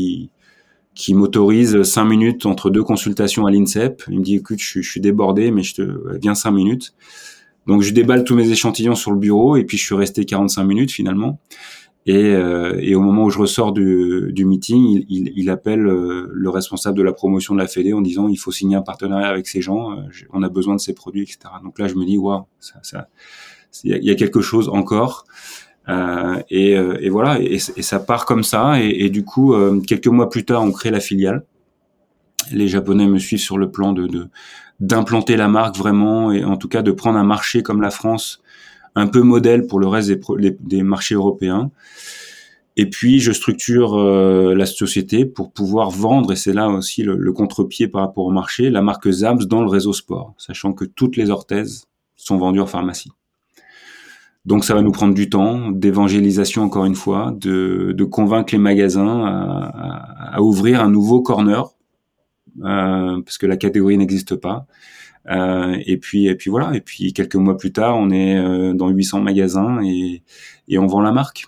qui m'autorise 5 minutes entre 2 consultations à l'INSEP. Il me dit, écoute, je suis débordé, mais viens 5 minutes. Donc, je déballe tous mes échantillons sur le bureau et puis je suis resté 45 minutes finalement. Et au moment où je ressors du meeting, il appelle le responsable de la promotion de la Fédé en disant, il faut signer un partenariat avec ces gens, on a besoin de ces produits, etc. Donc là, je me dis, waouh, il y a quelque chose encore. Et voilà, et ça part comme ça. Et du coup, quelques mois plus tard, on crée la filiale. Les Japonais me suivent sur le plan d'implanter la marque vraiment, et en tout cas de prendre un marché comme la France, un peu modèle pour le reste des marchés européens. Et puis je structure la société pour pouvoir vendre, et c'est là aussi le contre-pied par rapport au marché, la marque Zams dans le réseau sport, sachant que toutes les orthèses sont vendues en pharmacie. Donc ça va nous prendre du temps, d'évangélisation encore une fois, de convaincre les magasins à ouvrir un nouveau corner, parce que la catégorie n'existe pas. Et puis voilà. Et puis quelques mois plus tard, on est dans 800 magasins et on vend la marque.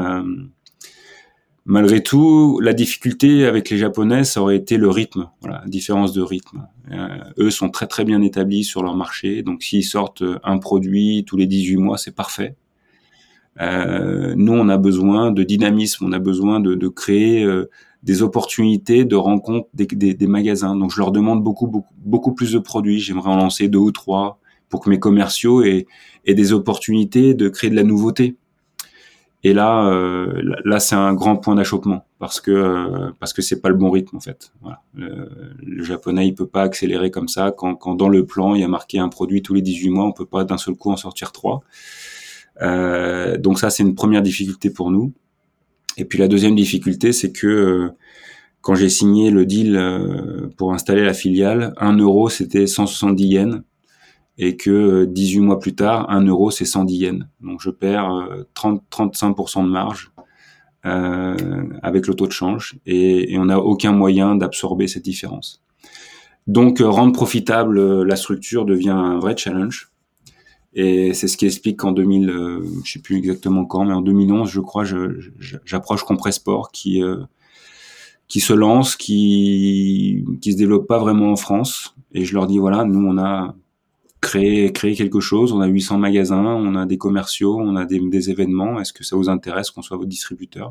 Malgré tout, la difficulté avec les Japonais, ça aurait été le rythme, voilà, différence de rythme. Eux sont très très bien établis sur leur marché, donc s'ils sortent un produit tous les 18 mois, c'est parfait. Nous, on a besoin de dynamisme, on a besoin de créer des opportunités de rencontre des magasins. Donc je leur demande beaucoup plus de produits. J'aimerais en lancer 2 ou 3 pour que mes commerciaux aient des opportunités de créer de la nouveauté. Et là, c'est un grand point d'achoppement parce que c'est pas le bon rythme en fait. Voilà. Le japonais, il peut pas accélérer comme ça quand dans le plan il y a marqué un produit tous les 18 mois, on peut pas d'un seul coup en sortir 3. Donc ça, c'est une première difficulté pour nous. Et puis la deuxième difficulté, c'est que quand j'ai signé le deal pour installer la filiale, 1 euro c'était 170 yens. Et que 18 mois plus tard, 1 euro, c'est 110 yens. Donc je perds 35% de marge avec le taux de change et on n'a aucun moyen d'absorber cette différence. Donc rendre profitable la structure devient un vrai challenge. Et c'est ce qui explique qu'en 2000, je sais plus exactement quand, mais en 2011, je crois, j'approche Compressport qui se lance, qui se développe pas vraiment en France. Et je leur dis, voilà, nous on a créer quelque chose, on a 800 magasins, on a des commerciaux, on a des événements, est-ce que ça vous intéresse qu'on soit votre distributeur?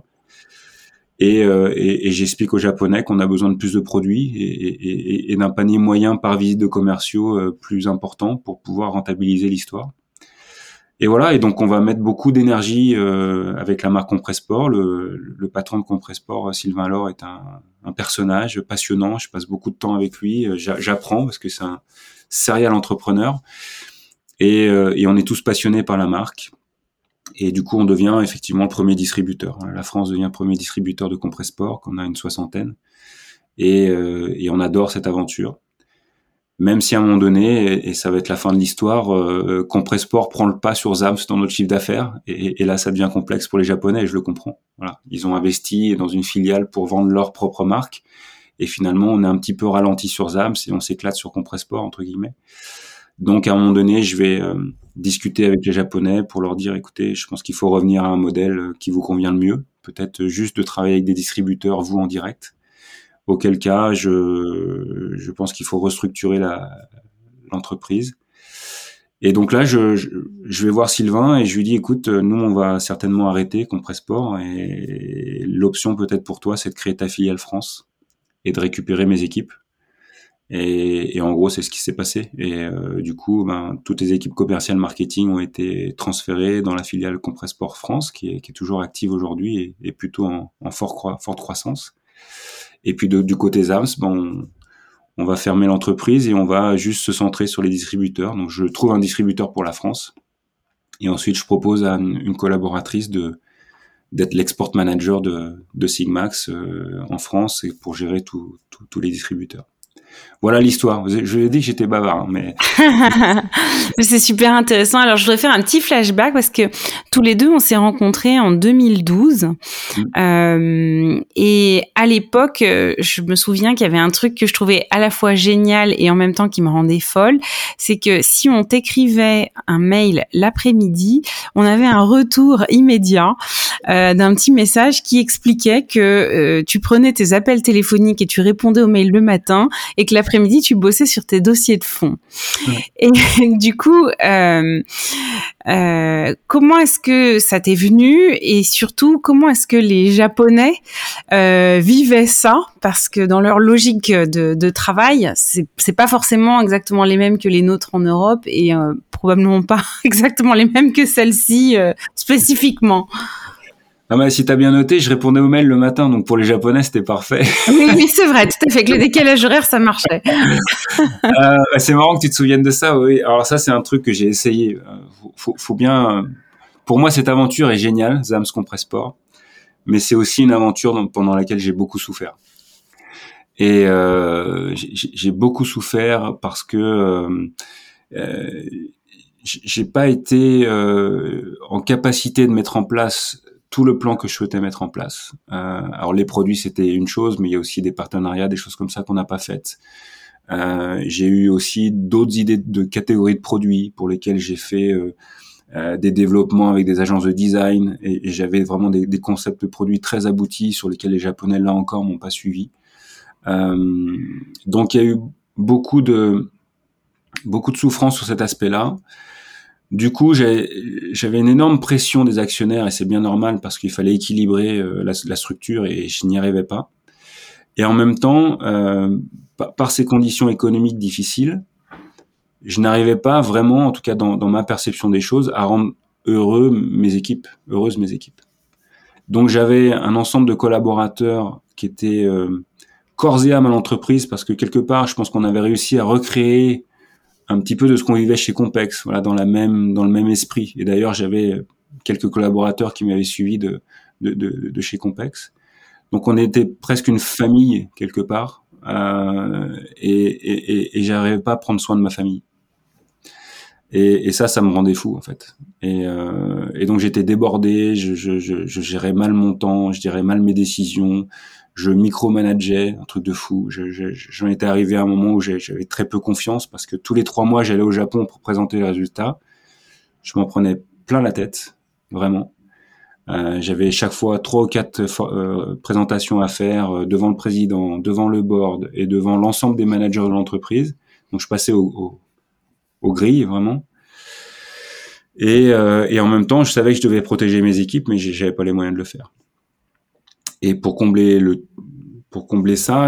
Et j'explique aux Japonais qu'on a besoin de plus de produits et d'un panier moyen par visite de commerciaux plus important pour pouvoir rentabiliser l'histoire. Et voilà, et donc on va mettre beaucoup d'énergie avec la marque Compressport. Le patron de Compressport, Sylvain Laure, est un personnage passionnant, je passe beaucoup de temps avec lui, j'apprends parce que c'est un serial entrepreneur et on est tous passionnés par la marque et du coup on devient effectivement le premier distributeur. La France devient le premier distributeur de Compressport, qu'on a une 60aine et on adore cette aventure, même si à un moment donné, et ça va être la fin de l'histoire, Compressport prend le pas sur Zams dans notre chiffre d'affaires et là ça devient complexe pour les Japonais et je le comprends. Voilà, ils ont investi dans une filiale pour vendre leur propre marque. Et finalement, on est un petit peu ralenti sur Zams et on s'éclate sur Compressport, entre guillemets. Donc, à un moment donné, je vais discuter avec les Japonais pour leur dire, écoutez, je pense qu'il faut revenir à un modèle qui vous convient le mieux. Peut-être juste de travailler avec des distributeurs, vous en direct. Auquel cas, je pense qu'il faut restructurer l'entreprise. Et donc là, je vais voir Sylvain et je lui dis, écoute, nous, on va certainement arrêter Compressport et l'option peut-être pour toi, c'est de créer ta filiale France et de récupérer mes équipes. Et en gros, c'est ce qui s'est passé. Et du coup, toutes les équipes commerciales marketing ont été transférées dans la filiale Compressport France, qui est toujours active aujourd'hui et plutôt en forte croissance. Et puis du côté Zams, on va fermer l'entreprise et on va juste se centrer sur les distributeurs. Donc, je trouve un distributeur pour la France. Et ensuite, je propose à une collaboratrice d'être l'export manager de Sigmax en France et pour gérer tous les distributeurs. Voilà l'histoire. Je lui ai dit que j'étais bavard, mais c'est super intéressant. Alors, je voudrais faire un petit flashback parce que tous les deux, on s'est rencontrés en 2012. Et à l'époque, je me souviens qu'il y avait un truc que je trouvais à la fois génial et en même temps qui me rendait folle. C'est que si on t'écrivait un mail l'après-midi, on avait un retour immédiat d'un petit message qui expliquait que tu prenais tes appels téléphoniques et tu répondais aux mails le matin et que l'après-midi, tu bossais sur tes dossiers de fond. Ouais. Et du coup, comment est-ce que ça t'est venu et surtout, comment est-ce que les Japonais vivaient ça? Parce que dans leur logique de travail, c'est pas forcément exactement les mêmes que les nôtres en Europe et probablement pas exactement les mêmes que celles-ci spécifiquement. Ah bah, si t'as bien noté, je répondais aux mails le matin, donc pour les Japonais, c'était parfait. Oui, c'est vrai, tout à fait. Avec le décalage horaire, ça marchait. C'est marrant que tu te souviennes de ça, oui. Alors ça, c'est un truc que j'ai essayé. Faut bien... Pour moi, cette aventure est géniale, Zams Compressport, mais c'est aussi une aventure pendant laquelle j'ai beaucoup souffert. Et j'ai beaucoup souffert parce que j'ai pas été en capacité de mettre en place tout le plan que je souhaitais mettre en place. Alors les produits, c'était une chose, mais il y a aussi des partenariats, des choses comme ça qu'on n'a pas faites. J'ai eu aussi d'autres idées de catégories de produits pour lesquelles j'ai fait des développements avec des agences de design et j'avais vraiment des concepts de produits très aboutis sur lesquels les Japonais, là encore, m'ont pas suivi. Donc il y a eu beaucoup de souffrance sur cet aspect-là. Du coup, j'avais une énorme pression des actionnaires et c'est bien normal parce qu'il fallait équilibrer la structure et je n'y arrivais pas. Et en même temps, par ces conditions économiques difficiles, je n'arrivais pas vraiment, en tout cas dans ma perception des choses, à rendre heureuses mes équipes. Donc j'avais un ensemble de collaborateurs qui étaient corps et âme à l'entreprise parce que quelque part, je pense qu'on avait réussi à recréer un petit peu de ce qu'on vivait chez Compex, voilà, dans le même esprit. Et d'ailleurs, j'avais quelques collaborateurs qui m'avaient suivi de chez Compex. Donc, on était presque une famille quelque part, et j'arrivais pas à prendre soin de ma famille. Et ça me rendait fou en fait. Et donc j'étais débordé, je gérais mal mon temps, je gérais mal mes décisions. Je micromanageais, un truc de fou. J'en étais arrivé à un moment où j'avais très peu confiance parce que tous les 3 mois, j'allais au Japon pour présenter les résultats. Je m'en prenais plein la tête, vraiment. J'avais chaque fois 3 ou 4 présentations à faire devant le président, devant le board et devant l'ensemble des managers de l'entreprise. Donc, je passais aux grilles, vraiment. Et en même temps, je savais que je devais protéger mes équipes, mais j'avais pas les moyens de le faire. Et pour combler ça,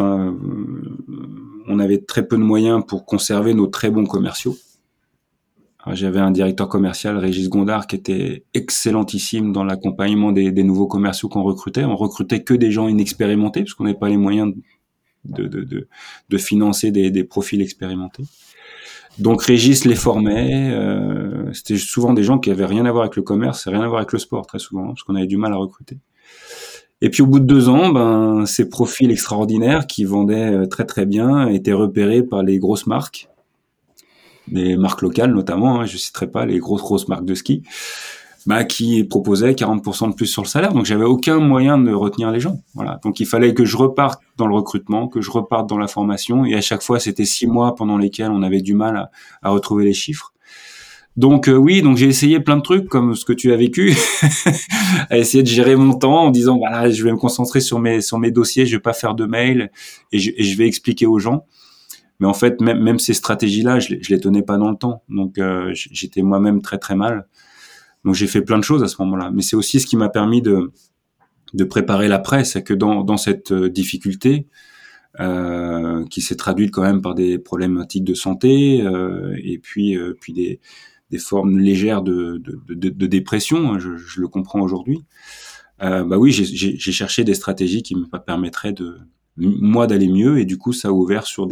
on avait très peu de moyens pour conserver nos très bons commerciaux. Alors, j'avais un directeur commercial, Régis Gondard, qui était excellentissime dans l'accompagnement des nouveaux commerciaux qu'on recrutait. On recrutait que des gens inexpérimentés, parce qu'on n'avait pas les moyens de financer des profils expérimentés. Donc Régis les formait. C'était souvent des gens qui avaient rien à voir avec le commerce et rien à voir avec le sport, très souvent, parce qu'on avait du mal à recruter. Et puis au bout de 2 ans, ces profils extraordinaires qui vendaient très très bien étaient repérés par les grosses marques, des marques locales notamment, je citerai pas les grosses marques de ski, qui proposaient 40% de plus sur le salaire. Donc j'avais aucun moyen de retenir les gens. Voilà. Donc il fallait que je reparte dans le recrutement, que je reparte dans la formation, et à chaque fois c'était 6 mois pendant lesquels on avait du mal à retrouver les chiffres. Donc donc j'ai essayé plein de trucs comme ce que tu as vécu, à essayer de gérer mon temps en disant voilà, je vais me concentrer sur mes dossiers, je vais pas faire de mails et je vais expliquer aux gens. Mais en fait, même ces stratégies-là, je les tenais pas dans le temps. Donc, j'étais moi-même très très mal. Donc, j'ai fait plein de choses à ce moment-là. Mais c'est aussi ce qui m'a permis de préparer l'après, c'est que dans cette difficulté, qui s'est traduite quand même par des problématiques de santé, et puis des formes légères de dépression, hein, je le comprends aujourd'hui. Bah oui, j'ai cherché des stratégies qui me permettraient moi d'aller mieux, et du coup ça a ouvert sur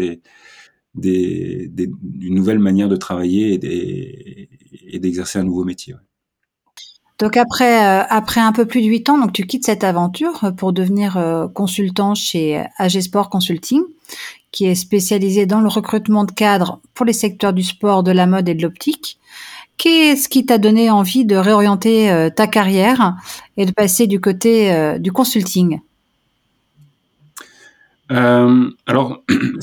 une nouvelle manière de travailler et d'exercer un nouveau métier. Ouais. Donc après un peu plus de 8 ans, donc tu quittes cette aventure pour devenir consultant chez AG Sport Consulting, qui est spécialisé dans le recrutement de cadres pour les secteurs du sport, de la mode et de l'optique. Qu'est-ce qui t'a donné envie de réorienter ta carrière et de passer du côté du consulting? Alors,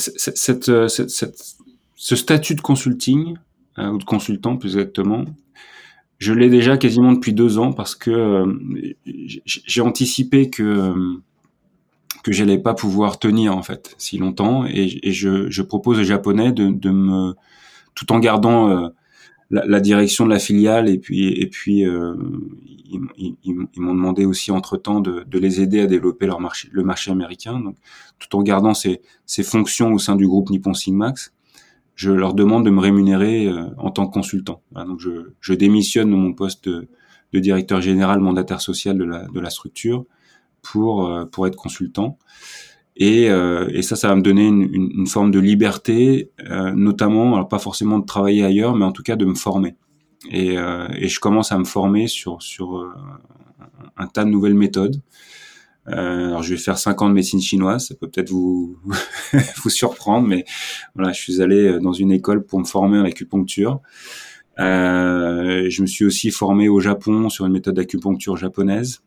ce statut de consulting, ou de consultant plus exactement, je l'ai déjà quasiment depuis 2 ans parce que j'ai anticipé que j'allais pas pouvoir tenir en fait si longtemps, et je propose aux Japonais de me, tout en gardant la direction de la filiale, et puis ils m'ont demandé aussi entre-temps de les aider à développer le marché américain, donc tout en gardant ces fonctions au sein du groupe Nippon Sigmax. Je leur demande de me rémunérer en tant que consultant. Voilà, donc je démissionne de mon poste de directeur général mandataire social de la structure pour être consultant. Et ça va me donner une forme de liberté, notamment, alors pas forcément de travailler ailleurs, mais en tout cas de me former. Et je commence à me former sur un tas de nouvelles méthodes. Alors je vais faire 5 ans de médecine chinoise, ça peut peut-être vous vous surprendre, mais voilà, je suis allé dans une école pour me former en acupuncture. Je me suis aussi formé au Japon sur une méthode d'acupuncture japonaise,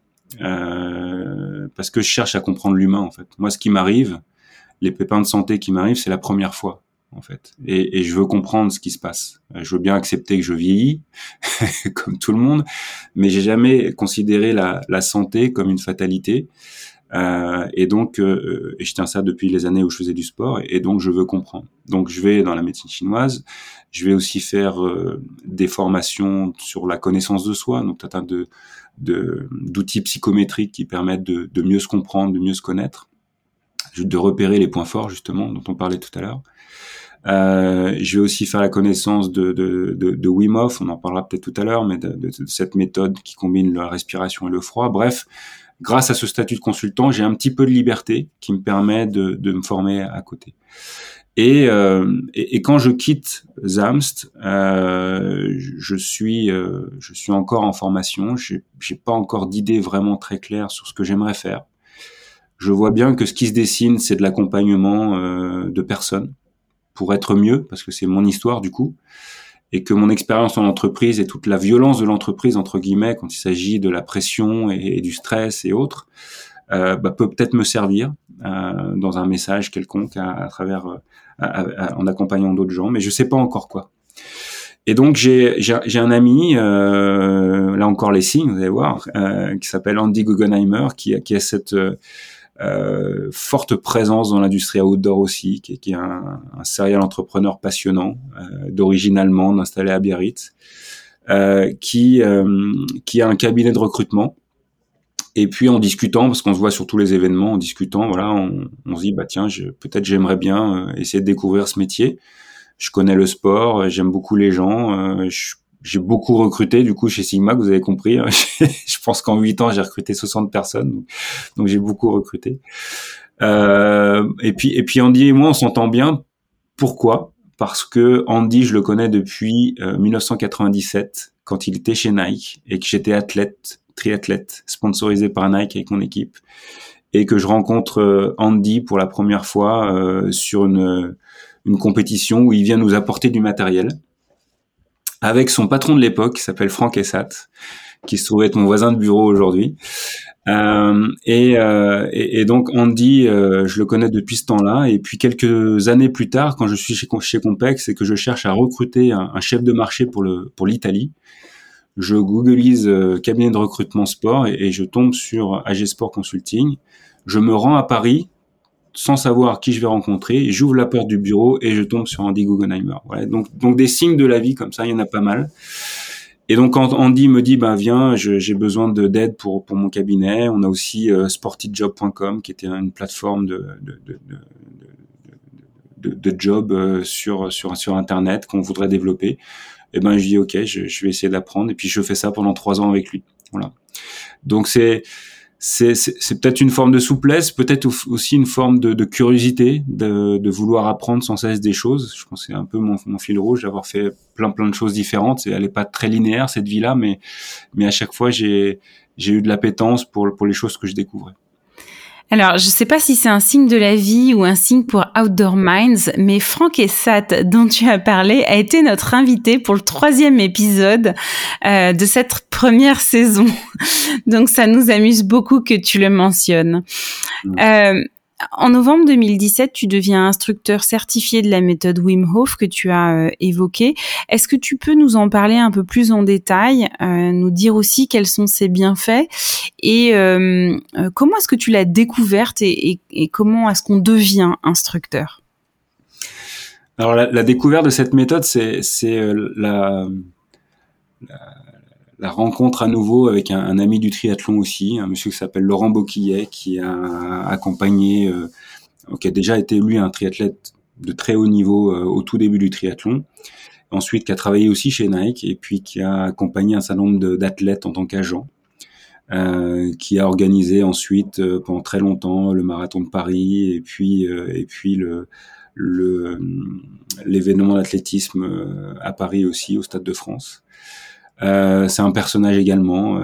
parce que je cherche à comprendre l'humain en fait. Moi, ce qui m'arrive, les pépins de santé qui m'arrivent, c'est la première fois en fait, et je veux comprendre ce qui se passe. Je veux bien accepter que je vieillis comme tout le monde, mais j'ai jamais considéré la santé comme une fatalité. Et donc, et je tiens ça depuis les années où je faisais du sport, et donc je veux comprendre. Donc je vais dans la médecine chinoise, je vais aussi faire des formations sur la connaissance de soi, donc un tas d'outils psychométriques qui permettent de mieux se comprendre, de mieux se connaître, de repérer les points forts justement dont on parlait tout à l'heure. Je vais aussi faire la connaissance de Wim Hof, on en parlera peut-être tout à l'heure, mais de cette méthode qui combine la respiration et le froid. Bref, grâce à ce statut de consultant, j'ai un petit peu de liberté qui me permet de me former à côté. Et quand je quitte Zamst, je suis encore en formation. J'ai pas encore d'idée vraiment très claire sur ce que j'aimerais faire. Je vois bien que ce qui se dessine, c'est de l'accompagnement de personnes pour être mieux, parce que c'est mon histoire du coup, et que mon expérience en entreprise et toute la violence de l'entreprise, entre guillemets, quand il s'agit de la pression et du stress et autres, peut peut-être me servir dans un message quelconque à travers, en accompagnant d'autres gens, mais je sais pas encore quoi. Et donc j'ai un ami, là encore les signes, vous allez voir, qui s'appelle Andy Guggenheimer, qui a cette forte présence dans l'industrie outdoor aussi, qui est un serial entrepreneur passionnant, d'origine allemande, installé à Biarritz, qui a un cabinet de recrutement. Et puis en discutant, parce qu'on se voit sur tous les événements, en discutant, voilà, on se dit bah tiens, peut-être j'aimerais bien essayer de découvrir ce métier. Je connais le sport, j'aime beaucoup les gens, j'ai beaucoup recruté du coup chez Sigma, vous avez compris. Je pense qu'en 8 ans, j'ai recruté 60 personnes, donc j'ai beaucoup recruté. Et puis Andy et moi, on s'entend bien. Pourquoi ? Parce que Andy, je le connais depuis 1997, quand il était chez Nike, et que j'étais triathlète, sponsorisé par Nike avec mon équipe, et que je rencontre Andy pour la première fois sur une compétition où il vient nous apporter du matériel, avec son patron de l'époque, qui s'appelle Franck Essat, qui se trouve être mon voisin de bureau aujourd'hui. Et donc Andy, je le connais depuis ce temps-là. Et puis quelques années plus tard, quand je suis chez Compex et que je cherche à recruter un chef de marché pour l'Italie, je googlise cabinet de recrutement sport et je tombe sur AG Sport Consulting. Je me rends à Paris sans savoir qui je vais rencontrer. J'ouvre la porte du bureau et je tombe sur Andy Guggenheimer. Voilà. Donc des signes de la vie comme ça, il y en a pas mal. Et donc quand Andy me dit viens, j'ai besoin d'aide pour mon cabinet. On a aussi sportyjob.com qui était une plateforme de job sur internet qu'on voudrait développer. Et je dis ok, je vais essayer d'apprendre. Et puis je fais ça pendant 3 ans avec lui. Voilà. Donc c'est peut-être une forme de souplesse, peut-être aussi une forme de curiosité, de vouloir apprendre sans cesse des choses. Je pense que c'est un peu mon fil rouge d'avoir fait plein de choses différentes. Et elle est pas très linéaire cette vie-là, mais à chaque fois j'ai eu de l'appétence pour les choses que je découvrais. Alors, je sais pas si c'est un signe de la vie ou un signe pour Outdoor Minds, mais Franck Essat, dont tu as parlé, a été notre invité pour le 3e épisode de cette première saison. Donc, ça nous amuse beaucoup que tu le mentionnes. En novembre 2017, tu deviens instructeur certifié de la méthode Wim Hof que tu as évoquée. Est-ce que tu peux nous en parler un peu plus en détail, nous dire aussi quels sont ses bienfaits et comment est-ce que tu l'as découverte et comment est-ce qu'on devient instructeur ? Alors la découverte de cette méthode, c'est la rencontre à nouveau avec un ami du triathlon aussi, un monsieur qui s'appelle Laurent Boquillet, qui a accompagné, qui a déjà été lui un triathlète de très haut niveau au tout début du triathlon, ensuite qui a travaillé aussi chez Nike et puis qui a accompagné un certain nombre d'athlètes en tant qu'agent, qui a organisé ensuite pendant très longtemps le marathon de Paris et puis l'événement d'athlétisme à Paris aussi, au Stade de France. C'est un personnage également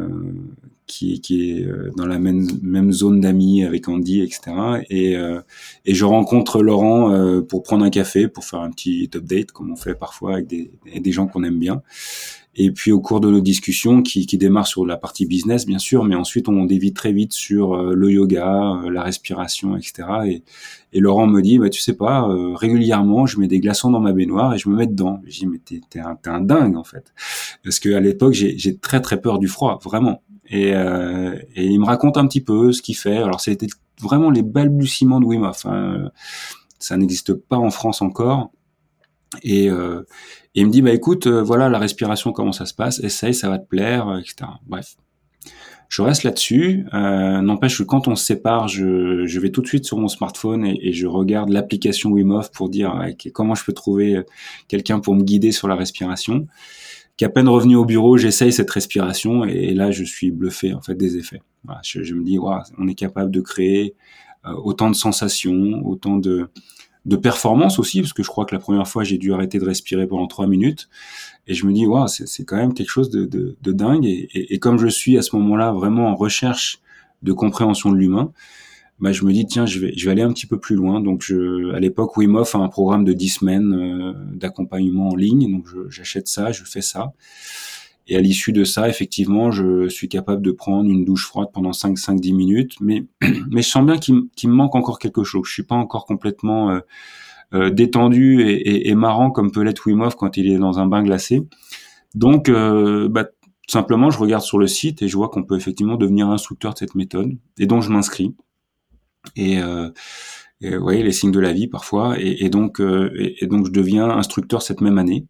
qui est dans la même zone d'amis avec Andy, etc. Et je rencontre Laurent pour prendre un café, pour faire un petit update, comme on fait parfois avec des gens qu'on aime bien. Et puis au cours de nos discussions, qui démarrent sur la partie business, bien sûr, mais ensuite on dévie très vite sur le yoga, la respiration, etc. Et Laurent me dit, tu sais pas, régulièrement, je mets des glaçons dans ma baignoire et je me mets dedans. Je dis, mais t'es un dingue, en fait. Parce que à l'époque, j'ai très très peur du froid, vraiment. Et il me raconte un petit peu ce qu'il fait. Alors c'était vraiment les balbutiements de Wim Hof. Ça n'existe pas en France encore. Et il me dit, écoute, voilà la respiration, comment ça se passe, essaye, ça va te plaire, etc. Bref. Je reste là-dessus. N'empêche que quand on se sépare, je vais tout de suite sur mon smartphone et je regarde l'application Wim Hof pour dire comment je peux trouver quelqu'un pour me guider sur la respiration. Qu'à peine revenu au bureau, j'essaye cette respiration et là, je suis bluffé en fait des effets. Voilà, je me dis, on est capable de créer autant de sensations, autant de performance aussi, parce que je crois que la première fois, j'ai dû arrêter de respirer pendant 3 minutes. Et je me dis, c'est quand même quelque chose de dingue. Et comme je suis à ce moment-là vraiment en recherche de compréhension de l'humain, je me dis, tiens, je vais aller un petit peu plus loin. Donc, à l'époque, Wim Hof a un programme de 10 semaines d'accompagnement en ligne. Donc, j'achète ça, je fais ça. Et à l'issue de ça, effectivement, je suis capable de prendre une douche froide pendant 5-10 minutes. Mais je sens bien qu'il me manque encore quelque chose. Je suis pas encore complètement détendu et marrant comme peut l'être Wim Hof quand il est dans un bain glacé. Donc, simplement, je regarde sur le site et je vois qu'on peut effectivement devenir instructeur de cette méthode. Et donc, je m'inscris. Et ouais, les signes de la vie parfois. Et donc, je deviens instructeur cette même année.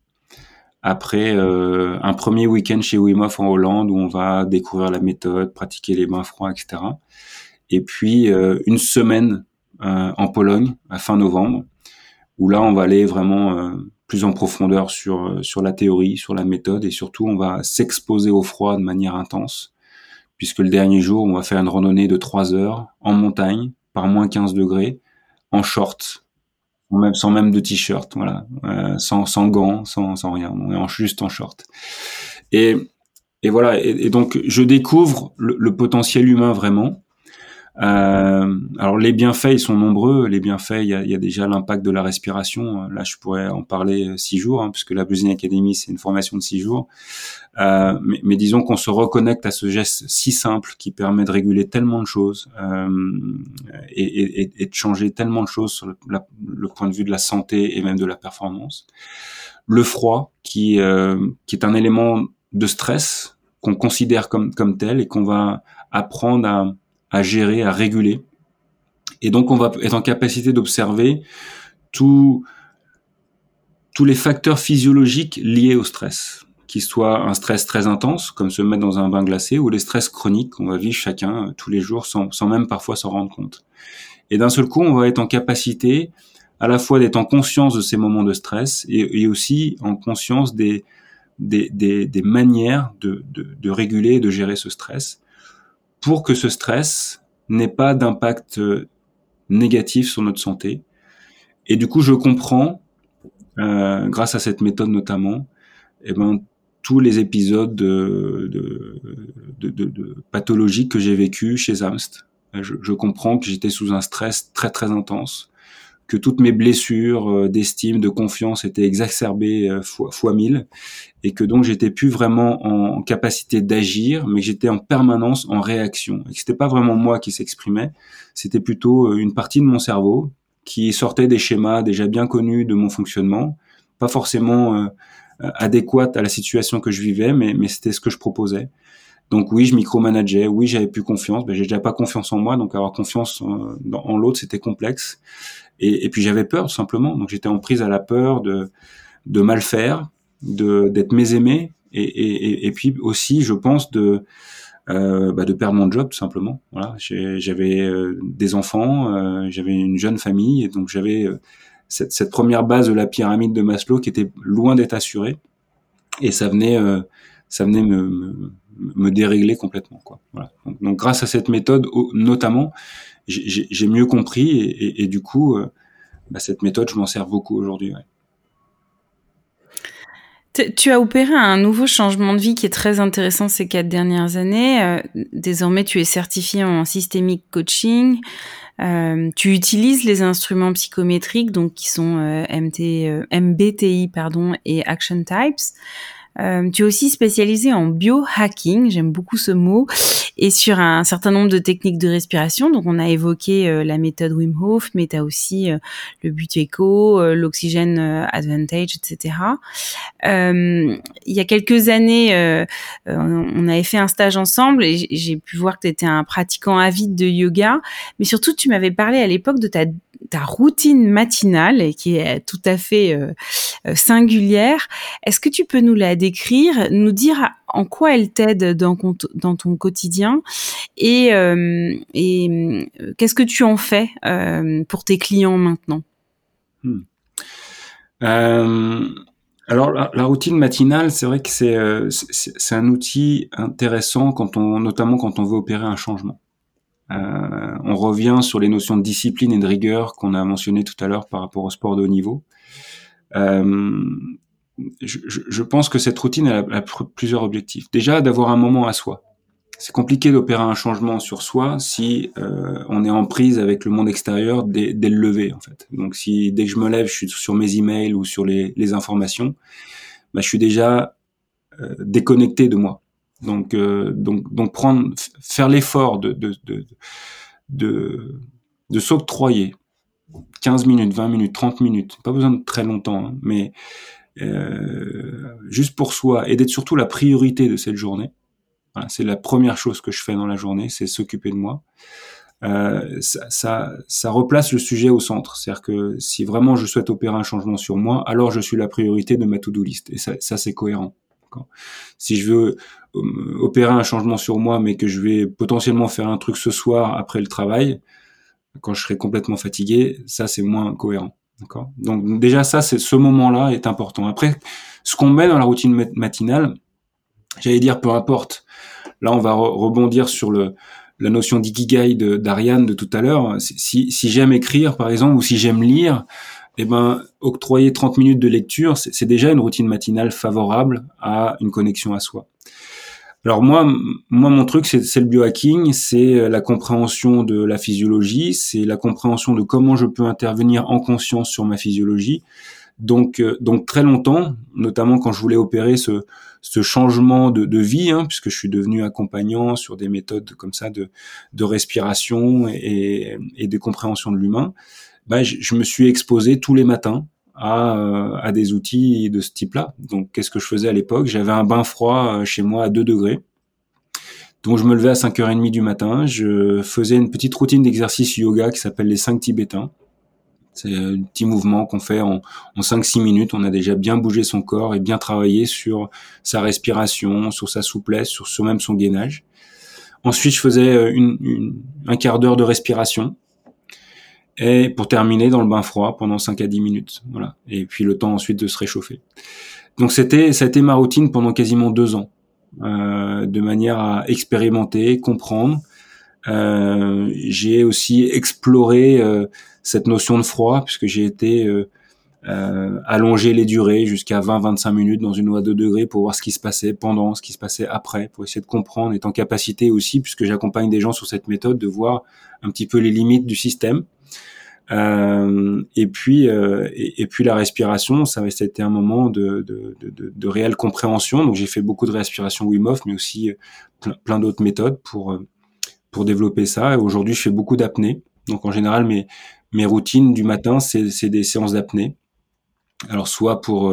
Après un premier week-end chez Wim Hof en Hollande où on va découvrir la méthode, pratiquer les bains froids, etc. Et puis une semaine en Pologne à fin novembre où là on va aller vraiment plus en profondeur sur la théorie, sur la méthode et surtout on va s'exposer au froid de manière intense puisque le dernier jour on va faire une randonnée de 3 heures en montagne par moins 15 degrés en short. Sans même de t-shirt, voilà, sans gants, sans rien, on est juste en short. Et voilà, et donc je découvre le potentiel humain vraiment. Alors les bienfaits, ils sont nombreux. Les bienfaits, il y a déjà l'impact de la respiration. Là, je pourrais en parler 6 jours, puisque la Business Academy, c'est une formation de 6 jours. Mais disons qu'on se reconnecte à ce geste si simple qui permet de réguler tellement de choses et de changer tellement de choses sur le point de vue de la santé et même de la performance. Le froid, qui est un élément de stress qu'on considère comme tel et qu'on va apprendre à gérer, à réguler. Et donc, on va être en capacité d'observer tous les facteurs physiologiques liés au stress, qu'il soit un stress très intense, comme se mettre dans un bain glacé, ou les stress chroniques qu'on va vivre chacun tous les jours sans même parfois s'en rendre compte. Et d'un seul coup, on va être en capacité à la fois d'être en conscience de ces moments de stress et aussi en conscience des manières de réguler et de gérer ce stress pour que ce stress n'ait pas d'impact négatif sur notre santé. Et du coup, je comprends, grâce à cette méthode notamment, tous les épisodes de pathologiques que j'ai vécu chez Amst. Je comprends que j'étais sous un stress très très intense, que toutes mes blessures d'estime, de confiance étaient exacerbées fois 1000, et que donc j'étais plus vraiment en capacité d'agir, mais que j'étais en permanence en réaction. Et que c'était pas vraiment moi qui s'exprimait, c'était plutôt une partie de mon cerveau qui sortait des schémas déjà bien connus de mon fonctionnement, pas forcément adéquate à la situation que je vivais, mais c'était ce que je proposais. Donc oui, je micromanageais, oui, j'avais plus confiance, j'ai déjà pas confiance en moi, donc avoir confiance en l'autre, c'était complexe. Et puis j'avais peur, tout simplement. Donc j'étais en prise à la peur de mal faire, d'être mésaimé, et puis aussi, je pense, de perdre mon job, tout simplement. Voilà, j'avais des enfants, j'avais une jeune famille, et donc j'avais cette première base de la pyramide de Maslow qui était loin d'être assurée, et ça venait me dérégler complètement, quoi. Voilà. Donc grâce à cette méthode, notamment, j'ai mieux compris, et du coup, cette méthode, je m'en sers beaucoup aujourd'hui. Ouais. Tu as opéré un nouveau changement de vie qui est très intéressant ces 4 dernières années. Désormais, tu es certifié en systemic coaching. Tu utilises les instruments psychométriques, donc qui sont MBTI, et Action Types. Tu es aussi spécialisé en biohacking, j'aime beaucoup ce mot, et sur un certain nombre de techniques de respiration. Donc, on a évoqué la méthode Wim Hof, mais tu as aussi le Buteyko, l'Oxygen Advantage, etc. Il y a quelques années, on avait fait un stage ensemble et j'ai pu voir que tu étais un pratiquant avide de yoga, mais surtout, tu m'avais parlé à l'époque de ta routine matinale qui est tout à fait singulière. Est-ce que tu peux nous la décrire, nous dire en quoi elle t'aide dans ton quotidien et qu'est-ce que tu en fais pour tes clients maintenant? Alors la routine matinale, c'est vrai que c'est un outil intéressant notamment quand on veut opérer un changement. On revient sur les notions de discipline et de rigueur qu'on a mentionnées tout à l'heure par rapport au sport de haut niveau. Je pense que cette routine a plusieurs objectifs. Déjà, d'avoir un moment à soi. C'est compliqué d'opérer un changement sur soi si on est en prise avec le monde extérieur dès le lever, en fait. Donc, si dès que je me lève, je suis sur mes emails ou sur les informations, je suis déjà déconnecté de moi. Donc faire l'effort de s'octroyer 15 minutes, 20 minutes, 30 minutes, pas besoin de très longtemps, hein, mais juste pour soi, et d'être surtout la priorité de cette journée. Voilà, c'est la première chose que je fais dans la journée, c'est s'occuper de moi. Ça replace le sujet au centre. C'est-à-dire que si vraiment je souhaite opérer un changement sur moi, alors je suis la priorité de ma to-do list. Et ça c'est cohérent. D'accord. Si je veux opérer un changement sur moi, mais que je vais potentiellement faire un truc ce soir après le travail, quand je serai complètement fatigué, ça c'est moins cohérent. D'accord. Donc déjà ce moment-là est important. Après, ce qu'on met dans la routine matinale, j'allais dire peu importe. Là, on va rebondir sur la notion d'ikigai d'Ariane de tout à l'heure. Si j'aime écrire, par exemple, ou si j'aime lire, octroyer 30 minutes de lecture, c'est déjà une routine matinale favorable à une connexion à soi. Alors moi, mon truc, c'est le biohacking, c'est la compréhension de la physiologie, c'est la compréhension de comment je peux intervenir en conscience sur ma physiologie. Donc très longtemps, notamment quand je voulais opérer ce changement de vie, hein, puisque je suis devenu accompagnant sur des méthodes comme ça de respiration et de compréhension de l'humain, je me suis exposé tous les matins à des outils de ce type-là. Donc, qu'est-ce que je faisais à l'époque ? J'avais un bain froid chez moi à 2 degrés. Donc je me levais à 5h30 du matin, je faisais une petite routine d'exercice yoga qui s'appelle les 5 Tibétains. C'est un petit mouvement qu'on fait en 5-6 minutes. On a déjà bien bougé son corps et bien travaillé sur sa respiration, sur sa souplesse, sur même son gainage. Ensuite, je faisais un quart d'heure de respiration. Et pour terminer dans le bain froid pendant 5 à 10 minutes. Voilà. Et puis le temps ensuite de se réchauffer. Donc ça a été ma routine pendant quasiment 2 ans. De manière à expérimenter, comprendre. J'ai aussi exploré cette notion de froid, puisque j'ai été allonger les durées jusqu'à 20-25 minutes dans une eau à 2 degrés pour voir ce qui se passait pendant, ce qui se passait après, pour essayer de comprendre, être en capacité aussi, puisque j'accompagne des gens sur cette méthode, de voir un petit peu les limites du système. Et puis la respiration, ça a été un moment de réelle compréhension. Donc j'ai fait beaucoup de respiration Wim Hof, mais aussi plein d'autres méthodes pour développer ça. Et aujourd'hui, je fais beaucoup d'apnée. Donc en général, mes routines du matin, c'est des séances d'apnée. Alors soit pour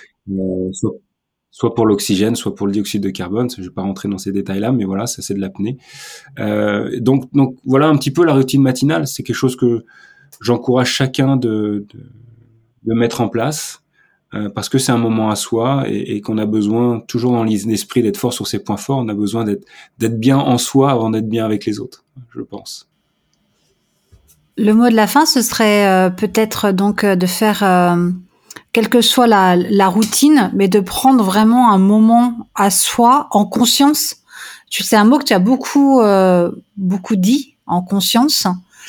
l'oxygène, soit pour le dioxyde de carbone. Je vais pas rentrer dans ces détails-là, mais voilà, ça c'est de l'apnée. Donc voilà un petit peu la routine matinale. C'est quelque chose que j'encourage chacun de mettre en place parce que c'est un moment à soi et qu'on a besoin, toujours dans l'esprit d'être fort sur ses points forts, on a besoin d'être bien en soi avant d'être bien avec les autres, je pense. Le mot de la fin, ce serait peut-être donc de faire, quelle que soit la routine, mais de prendre vraiment un moment à soi en conscience. C'est un mot que tu as beaucoup dit, en conscience.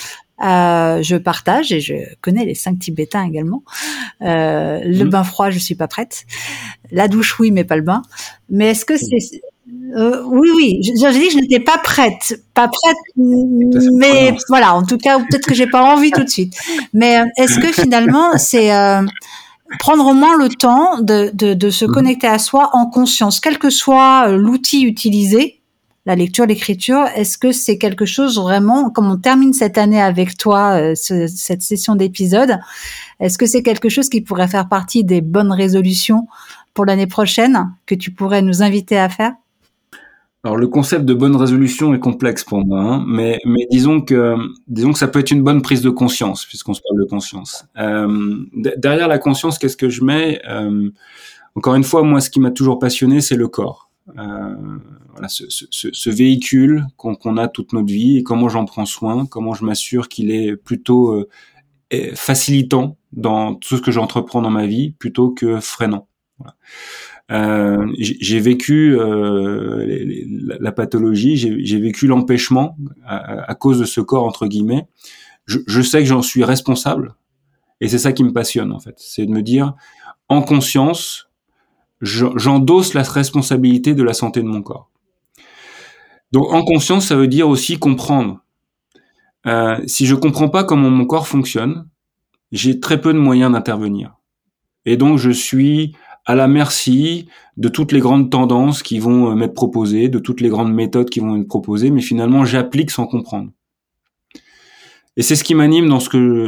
Je partage et je connais les 5 Tibétains également. Le bain froid, je suis pas prête. La douche, oui, mais pas le bain. Mais est-ce que c'est oui. J'ai dit que je n'étais pas prête, mais voilà. En tout cas, peut-être que j'ai pas envie tout de suite. Mais est-ce que finalement, c'est prendre au moins le temps de se connecter à soi en conscience, quel que soit l'outil utilisé, la lecture, l'écriture, est-ce que c'est quelque chose vraiment, comme on termine cette année avec toi, cette session d'épisode, est-ce que c'est quelque chose qui pourrait faire partie des bonnes résolutions pour l'année prochaine, que tu pourrais nous inviter à faire? Alors le concept de bonne résolution est complexe pour moi, hein, mais disons que ça peut être une bonne prise de conscience, puisqu'on se parle de conscience. Derrière la conscience, qu'est-ce que je mets? Encore une fois, moi, ce qui m'a toujours passionné, c'est le corps. Voilà, ce véhicule qu'on a toute notre vie et comment j'en prends soin, comment je m'assure qu'il est plutôt facilitant dans tout ce que j'entreprends dans ma vie plutôt que freinant. Voilà. J'ai vécu la pathologie, j'ai vécu l'empêchement à cause de ce corps entre guillemets. Je sais que j'en suis responsable et c'est ça qui me passionne en fait, c'est de me dire en conscience, j'endosse la responsabilité de la santé de mon corps. Donc en conscience, ça veut dire aussi comprendre. Si je comprends pas comment mon corps fonctionne, j'ai très peu de moyens d'intervenir. Et donc je suis à la merci de toutes les grandes tendances qui vont m'être proposées, de toutes les grandes méthodes qui vont être proposées, mais finalement j'applique sans comprendre. Et c'est ce qui m'anime dans ce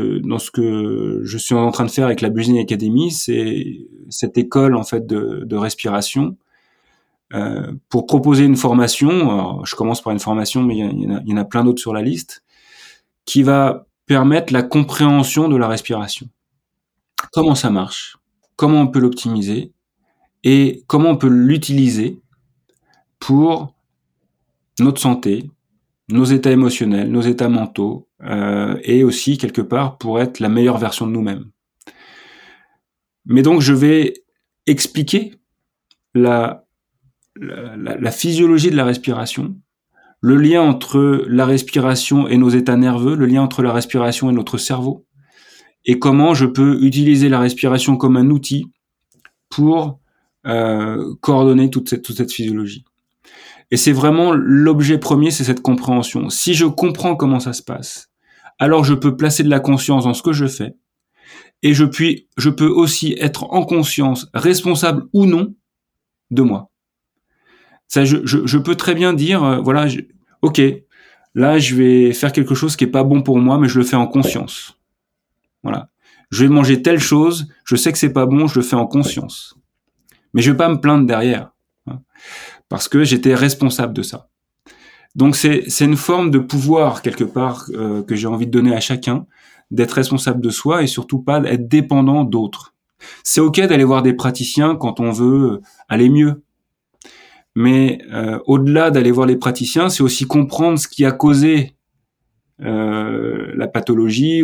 que je suis en train de faire avec la Breathing Academy, c'est cette école en fait de respiration pour proposer une formation. Alors, je commence par une formation, mais il y en a plein d'autres sur la liste qui va permettre la compréhension de la respiration. Comment ça marche ? Comment on peut l'optimiser et comment on peut l'utiliser pour notre santé, nos états émotionnels, nos états mentaux, et aussi quelque part pour être la meilleure version de nous-mêmes. Mais donc je vais expliquer la physiologie de la respiration, le lien entre la respiration et nos états nerveux, le lien entre la respiration et notre cerveau, et comment je peux utiliser la respiration comme un outil pour coordonner toute cette physiologie. Et c'est vraiment l'objet premier, c'est cette compréhension. Si je comprends comment ça se passe, alors je peux placer de la conscience dans ce que je fais, et je peux aussi être en conscience, responsable ou non, de moi. Ça, je peux très bien dire, voilà, ok, là je vais faire quelque chose qui est pas bon pour moi, mais je le fais en conscience. Voilà. Je vais manger telle chose, je sais que c'est pas bon, je le fais en conscience. Mais je vais pas me plaindre derrière, hein, parce que j'étais responsable de ça. Donc c'est une forme de pouvoir quelque part que j'ai envie de donner à chacun, d'être responsable de soi et surtout pas être dépendant d'autres. C'est ok d'aller voir des praticiens quand on veut aller mieux, mais au-delà d'aller voir les praticiens, c'est aussi comprendre ce qui a causé la pathologie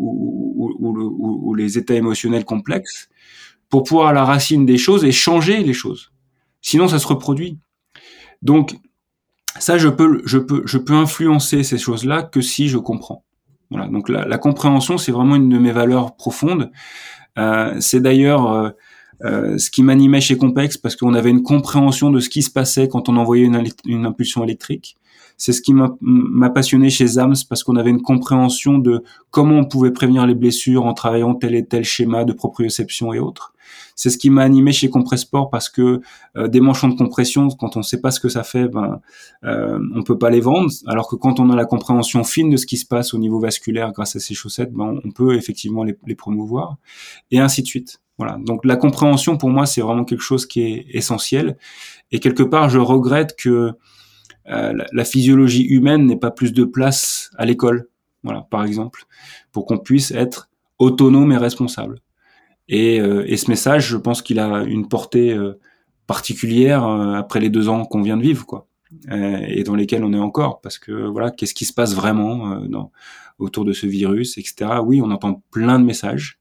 ou les états émotionnels complexes pour pouvoir à la racine des choses et changer les choses. Sinon, ça se reproduit. Donc ça, je peux influencer ces choses-là que si je comprends. Voilà. Donc la compréhension, c'est vraiment une de mes valeurs profondes. C'est d'ailleurs ce qui m'animait chez Compex, parce qu'on avait une compréhension de ce qui se passait quand on envoyait une impulsion électrique. C'est ce qui m'a passionné chez ZAMS, parce qu'on avait une compréhension de comment on pouvait prévenir les blessures en travaillant tel et tel schéma de proprioception et autres. C'est ce qui m'a animé chez Compressport, parce que des manchons de compression, quand on ne sait pas ce que ça fait, on peut pas les vendre. Alors que quand on a la compréhension fine de ce qui se passe au niveau vasculaire grâce à ces chaussettes, on peut effectivement les promouvoir, et ainsi de suite. Voilà. Donc la compréhension, pour moi, c'est vraiment quelque chose qui est essentiel. Et quelque part, je regrette que la physiologie humaine n'ait pas plus de place à l'école, voilà, par exemple, pour qu'on puisse être autonome et responsable. Et ce message, je pense qu'il a une portée particulière après les 2 ans qu'on vient de vivre, quoi, et dans lesquels on est encore, parce que voilà, qu'est-ce qui se passe vraiment autour de ce virus, etc. Oui, on entend plein de messages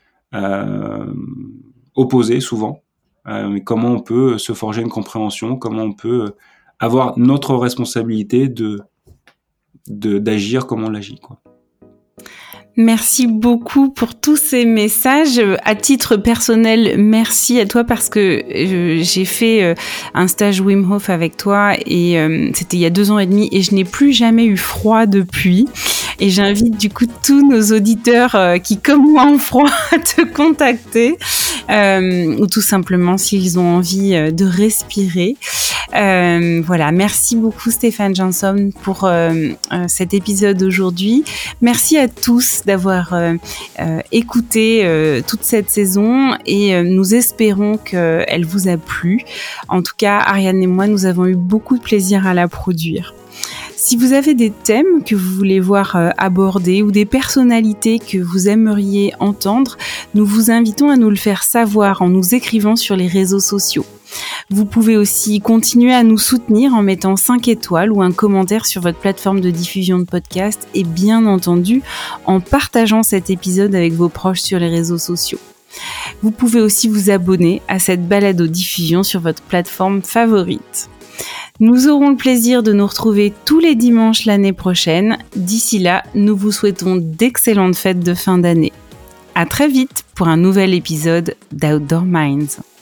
opposés souvent, mais comment on peut se forger une compréhension, comment on peut avoir notre responsabilité d'agir comme on l'agit, quoi. Merci beaucoup pour tous ces messages. À titre personnel, merci à toi, parce que j'ai fait un stage Wim Hof avec toi et c'était il y a 2 ans et demi et je n'ai plus jamais eu froid depuis. Et j'invite du coup tous nos auditeurs qui, comme moi, ont froid à te contacter ou tout simplement s'ils ont envie de respirer. Voilà, merci beaucoup Stéphane Jansson pour cet épisode aujourd'hui. Merci à tous d'avoir écouté toute cette saison et nous espérons qu'elle vous a plu. En tout cas, Ariane et moi, nous avons eu beaucoup de plaisir à la produire. Si vous avez des thèmes que vous voulez voir abordés ou des personnalités que vous aimeriez entendre, nous vous invitons à nous le faire savoir en nous écrivant sur les réseaux sociaux. Vous pouvez aussi continuer à nous soutenir en mettant 5 étoiles ou un commentaire sur votre plateforme de diffusion de podcast et bien entendu en partageant cet épisode avec vos proches sur les réseaux sociaux. Vous pouvez aussi vous abonner à cette balado-diffusion sur votre plateforme favorite. Nous aurons le plaisir de nous retrouver tous les dimanches l'année prochaine. D'ici là, nous vous souhaitons d'excellentes fêtes de fin d'année. À très vite pour un nouvel épisode d'Outdoor Minds.